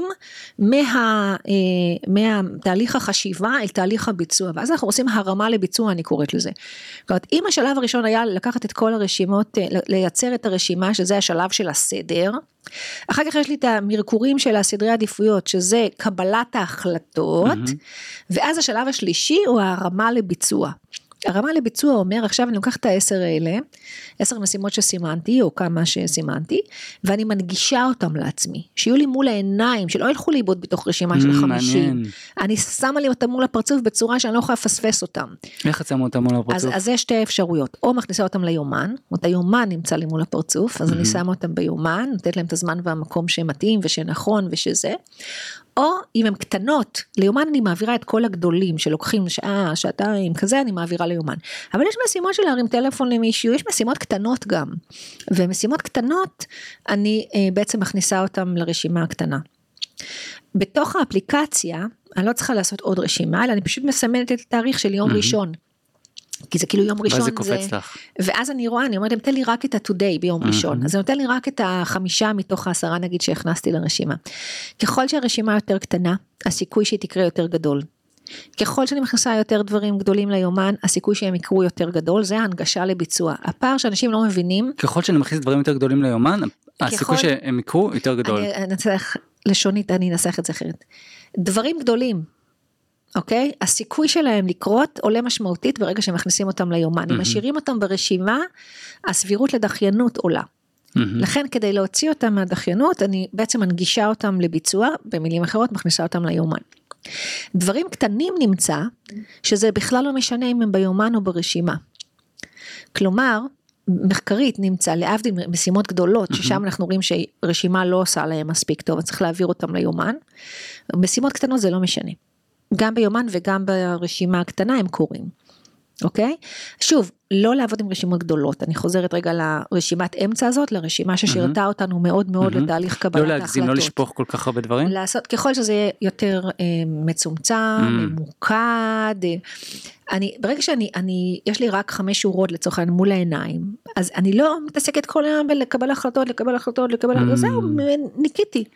מהתהליך החשיבה אל תהליך הביצוע, ואז אנחנו עושים הרמה לביצוע, אני קוראת לזה. זאת אומרת, אם השלב הראשון היה לקחת את כל הרשימות, לייצר את הרשימה, שזה השלב של הסדר, אחר כך יש לי את המרקורים של הסדרי העדיפויות, שזה קבלת ההחלטות, ואז השלב השלישי הוא הרמה לביצוע. הרמה לביצוע אומר, עכשיו אני לוקח את 10 האלה, 10 משימות שסימנתי, או כמה שסימנתי, ואני מנגישה אותם לעצמי, שיהיו לי מול העיניים, שלא ילכו לאיבוד בתוך רשימה של 50. אני שמה לי אותם מול הפרצוף, בצורה שאני לא יכולה לפספס אותם. איך את שמה אותם מול הפרצוף? אז יש שתי אפשרויות, או מכניסה אותם ליומן, זאת היומן נמצא לי מול הפרצוף, אז אני שמה אותם ביומן, נותנת להם את הזמן והמקום שמתאים, ושנכון, ושזה, או אם הן קטנות, ליומן אני מעבירה את כל הגדולים, שלוקחים שעה, שעתיים, כזה אני מעבירה ליומן. אבל יש משימות של להרים טלפון למישהו, יש משימות קטנות גם, ומשימות קטנות, אני בעצם מכניסה אותם לרשימה הקטנה. בתוך האפליקציה, אני לא צריכה לעשות עוד רשימה, אלא אני פשוט מסמנת את התאריך של יום ראשון. כי זה כאילו יום ראשון, ואז זה קופץ לך. ואז אני רואה, אני אומרת, תן לי רק את ה-today ביום ראשון, אז זה נותן לי רק את 5 מתוך 10 נגיד שהכנסתי לרשימה. ככל שהרשימה יותר קטנה, הסיכוי שהיא תקרה יותר גדול. ככל שאני מכניסה יותר דברים גדולים ליומן, הסיכוי שהם יקרו יותר גדול, זה ההנגשה לביצוע. הפער שאנשים לא מבינים, ככל שאני מכניס דברים יותר גדולים ליומן, הסיכוי שהם יקרו יותר גדול. אני צריך לשונית, אני אנסח את זה אחרת. דברים גדולים, אוקיי? הסיכוי שלהם לקרות עולה משמעותית ברגע שמכניסים אותם ליומן. אם משאירים אותם ברשימה, הסבירות לדחיינות עולה. לכן כדי להוציא אותם מהדחיינות, אני בעצם מנגישה אותם לביצוע, במילים אחרות מכניסה אותם ליומן. דברים קטנים נמצא, שזה בכלל לא משנה אם הם ביומן או ברשימה. כלומר, מחקרית נמצא להבדיל משימות גדולות, ששם אנחנו רואים שרשימה לא עושה להם מספיק טוב, אז צריך להעביר אותם ליומן. משימות קטנות זה לא משנה. גם ביומן וגם ברשימה הקטנה הם קוראים, אוקיי? שוב, לא לעבוד עם רשימות גדולות, אני חוזרת רגע לרשימת אמצע הזאת, לרשימה ששירתה אותנו מאוד מאוד לתהליך קבלת ההחלטות. לא להגזים, לא לשפוך כל כך הרבה דברים? לעשות, ככל שזה יהיה יותר מצומצם, ממוקד, ברגע יש לי רק 5 שורות לצורך העניין מול העיניים, אז אני לא מתעסקת כל היום בלקבל החלטות, זהו, ניקיתי.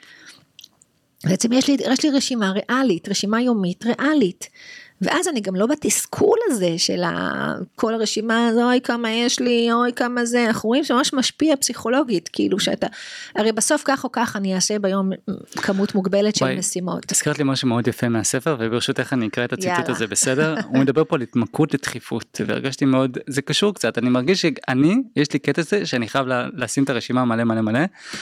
בעצם יש לי רשימה ריאלית, רשימה יומית ריאלית, ואז אני גם לא בתסכול הזה של כל הרשימה, אוי כמה יש לי, אוי כמה זה, אנחנו רואים שממש משפיע פסיכולוגית, כאילו שאתה, הרי בסוף כך או כך אני אעשה ביום כמות מוגבלת של משימות. הזכרת לי משהו מאוד יפה מהספר, וברשותך אני אקרא את הציטוט הזה בסדר, הוא מדבר פה על התמקות לדחיפות, והרגשתי מאוד, זה קשור קצת, אני מרגיש יש לי קטע הזה, שאני חייב לשים את הרשימה מלא,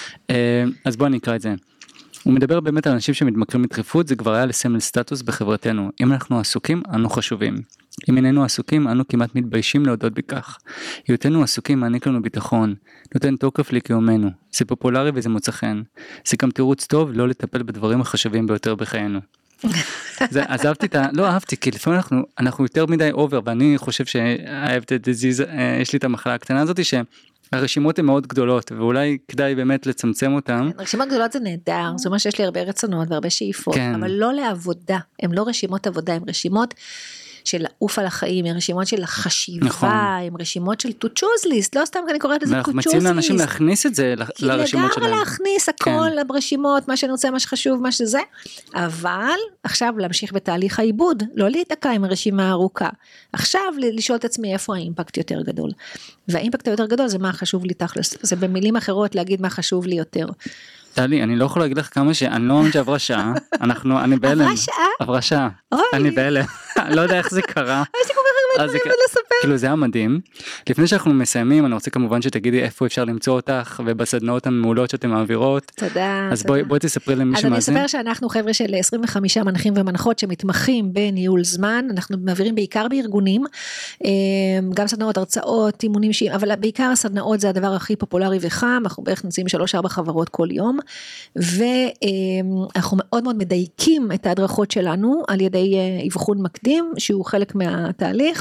אז בוא אני אקרא את זה. הוא מדבר באמת על אנשים שמתמכרים מדחיפות, זה כבר היה לסמל סטטוס בחברתנו. אם אנחנו עסוקים, אנו חשובים. אם איננו עסוקים, אנו כמעט מתביישים להודות בכך. היותנו עסוקים מעניק לנו ביטחון, נותן תוקף לקיומנו. זה פופולרי וזה מוצא חן. זה גם תירוץ טוב לא לטפל בדברים החשובים ביותר בחיינו. אז לא אהבתי, כי לפעמים אנחנו יותר מדי אובר, ואני חושב יש לי את המחלה הקטנה הזאת הרשימות הן מאוד גדולות, ואולי כדאי באמת לצמצם אותן. רשימות גדולות זה נהדר, זאת אומרת שיש לי הרבה רצונות והרבה שאיפות, אבל לא לעבודה, הן לא רשימות עבודה, הן רשימות של לעוף על החיים, הן רשימות של החשיבה, הן רשימות של to choose list, לא סתם אני קוראת לזה to choose list. אנחנו מציעים לאנשים להכניס את זה לרשימות שלהם. לגמרי להכניס הכל ברשימות, מה שאני רוצה, מה שחשוב, מה שזה, אבל עכשיו להמשיך בתהליך העיבוד, לא להתעקע עם הרשימה הארוכה, עכשיו לשאול את עצמי איפה האימפקט יותר גדול, והאימפקט היותר גדול זה מה חשוב לי תכלס, זה במילים אחרות להגיד מה חשוב לי יותר. טלי, אני לא יכול להגיד לך כמה שאני לא אומרת שעברה שעה, אני בהלם. עברה שעה? אני בהלם. לא יודע איך זה קרה. יש לי כל כך הרבה דברים לספר. כאילו זה היה מדהים. לפני שאנחנו מסיימים, אני רוצה כמובן שתגידי איפה אפשר למצוא אותך, ובסדנאות המעולות שאתם מעבירות. תודה. אז בואי תספרי למי שמאזין. אז אני אספר שאנחנו חבר'ה של 25 מנחים ומנחות שמתמחים בניהול זמן, אנחנו מעבירים בעיקר בארגונים, גם סדנאות, הרצאות, אימונים, אבל בעיקר הסדנאות זה הדבר הכי פופולרי וחם, אנחנו בערך נמצאים 3-4 חברות כל יום, ואנחנו מאוד מאוד מדייקים את ההדרכות שלנו על ידי אבחון מקדים, שהוא חלק מהתהליך,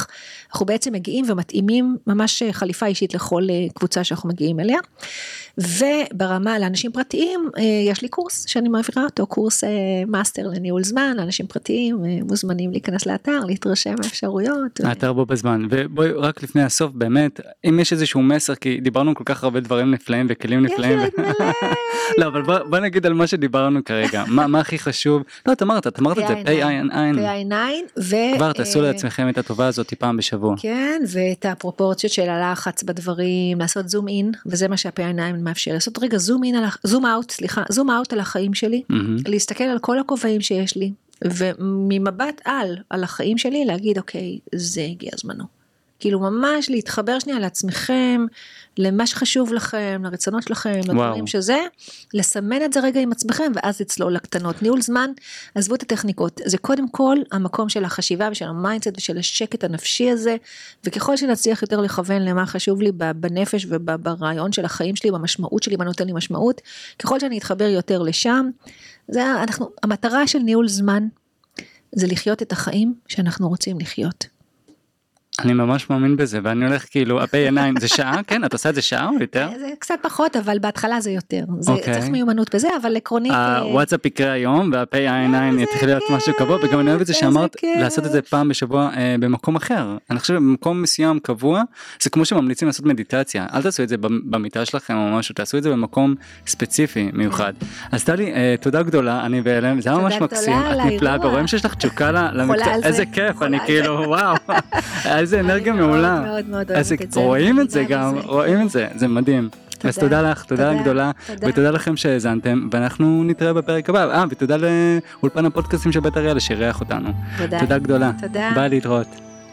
איך אנחנו בעצם מגיעים ומתאימים ממש חליפה אישית לכל קבוצה שאנחנו מגיעים אליה, וברמה לאנשים פרטיים, יש לי קורס שאני מעבירה אותו, קורס מאסטר לניהול זמן, לאנשים פרטיים, מוזמנים להיכנס לאתר, להתרשם מהאפשרויות. האתר בו בזמן, ובואי רק לפני הסוף, באמת, אם יש איזשהו מסר, כי דיברנו כל כך הרבה דברים נפלאים וכלים נפלאים. לא, אבל בוא נגיד על מה שדיברנו כרגע, מה הכי חשוב, לא, את אמרת את זה, PI9, כבר תעשו לעצמכם את הטובה הזאת פעם בשבוע. כן, ואת הפרופורציות של הלחץ בדברים, לעשות זום אין, וזה מה שה-PI9 מאפשר, לעשות רגע זום אאוט על החיים שלי, להסתכל על כל הכובעים שיש לי, וממבט על החיים שלי, להגיד, אוקיי, זה הגיע זמנו. כאילו ממש להתחבר שנייה לעצמכם, למה שחשוב לכם, לרצונות שלכם, לדברים שזה, לסמן את זה רגע עם עצמכם, ואז לצלול לקטנות. ניהול זמן, עזבו את הטכניקות, זה קודם כל המקום של החשיבה, ושל המיינדסט, ושל השקט הנפשי הזה, וככל שנצליח יותר לכוון למה חשוב לי בנפש, וברעיון של החיים שלי, במשמעות שלי, מה נותן לי משמעות, ככל שאני אתחבר יותר לשם, המטרה של ניהול זמן, זה לחיות את החיים שאנחנו רוצים לחיות. אני ממש מאמין בזה, ואני הולך כאילו, PI9 זה שעה, כן? את עושה את זה שעה או יותר? זה קצת פחות, אבל בהתחלה זה יותר. זה צריך מיומנות בזה, אבל עקרונית... הוואטסאפ יקרה היום, וה-PI9 יתחיל להיות משהו קבוע, וגם אני אוהב את זה שאמרת, לעשות את זה פעם בשבוע במקום אחר. אני חושב במקום מסוים קבוע, זה כמו שממליצים לעשות מדיטציה. אל תעשו את זה במיטה שלכם או משהו, תעשו את זה במקום ספציפי מיוחד. אז טלי, תודה גדולה, אני בהלם, זה היה ממש מקסים, את נפלאה, ורואים שיש לך תשוקה למקצוע, איזה כיף, אני כאילו, וואו. איזה אנרגיה מעולה. מאוד מאוד אוהבת את זה. רואים את זה גם, רואים את זה, זה מדהים. אז תודה לך, תודה גדולה, ותודה לכם שהאזנתם, ואנחנו נתראה בפרק הבא. ותודה לאולפן הפודקאסטים של בית אריאלה שאירח אותנו. תודה גדולה. ביי, להתראות.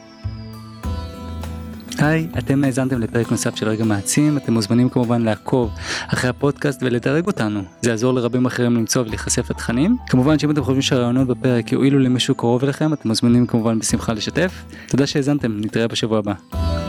היי, אתם האזנתם לפרק נוסף של רגע מעצים, אתם מוזמנים כמובן לעקוב אחרי הפודקאסט ולדרג אותנו, זה יעזור לרבים אחרים למצוא ולהיחשף לתכנים. כמובן שאם אתם חושבים שהרעיונות בפרק יועילו למישהו קרוב אליכם, אתם מוזמנים כמובן בשמחה לשתף. תודה שהאזנתם, נתראה בשבוע הבא.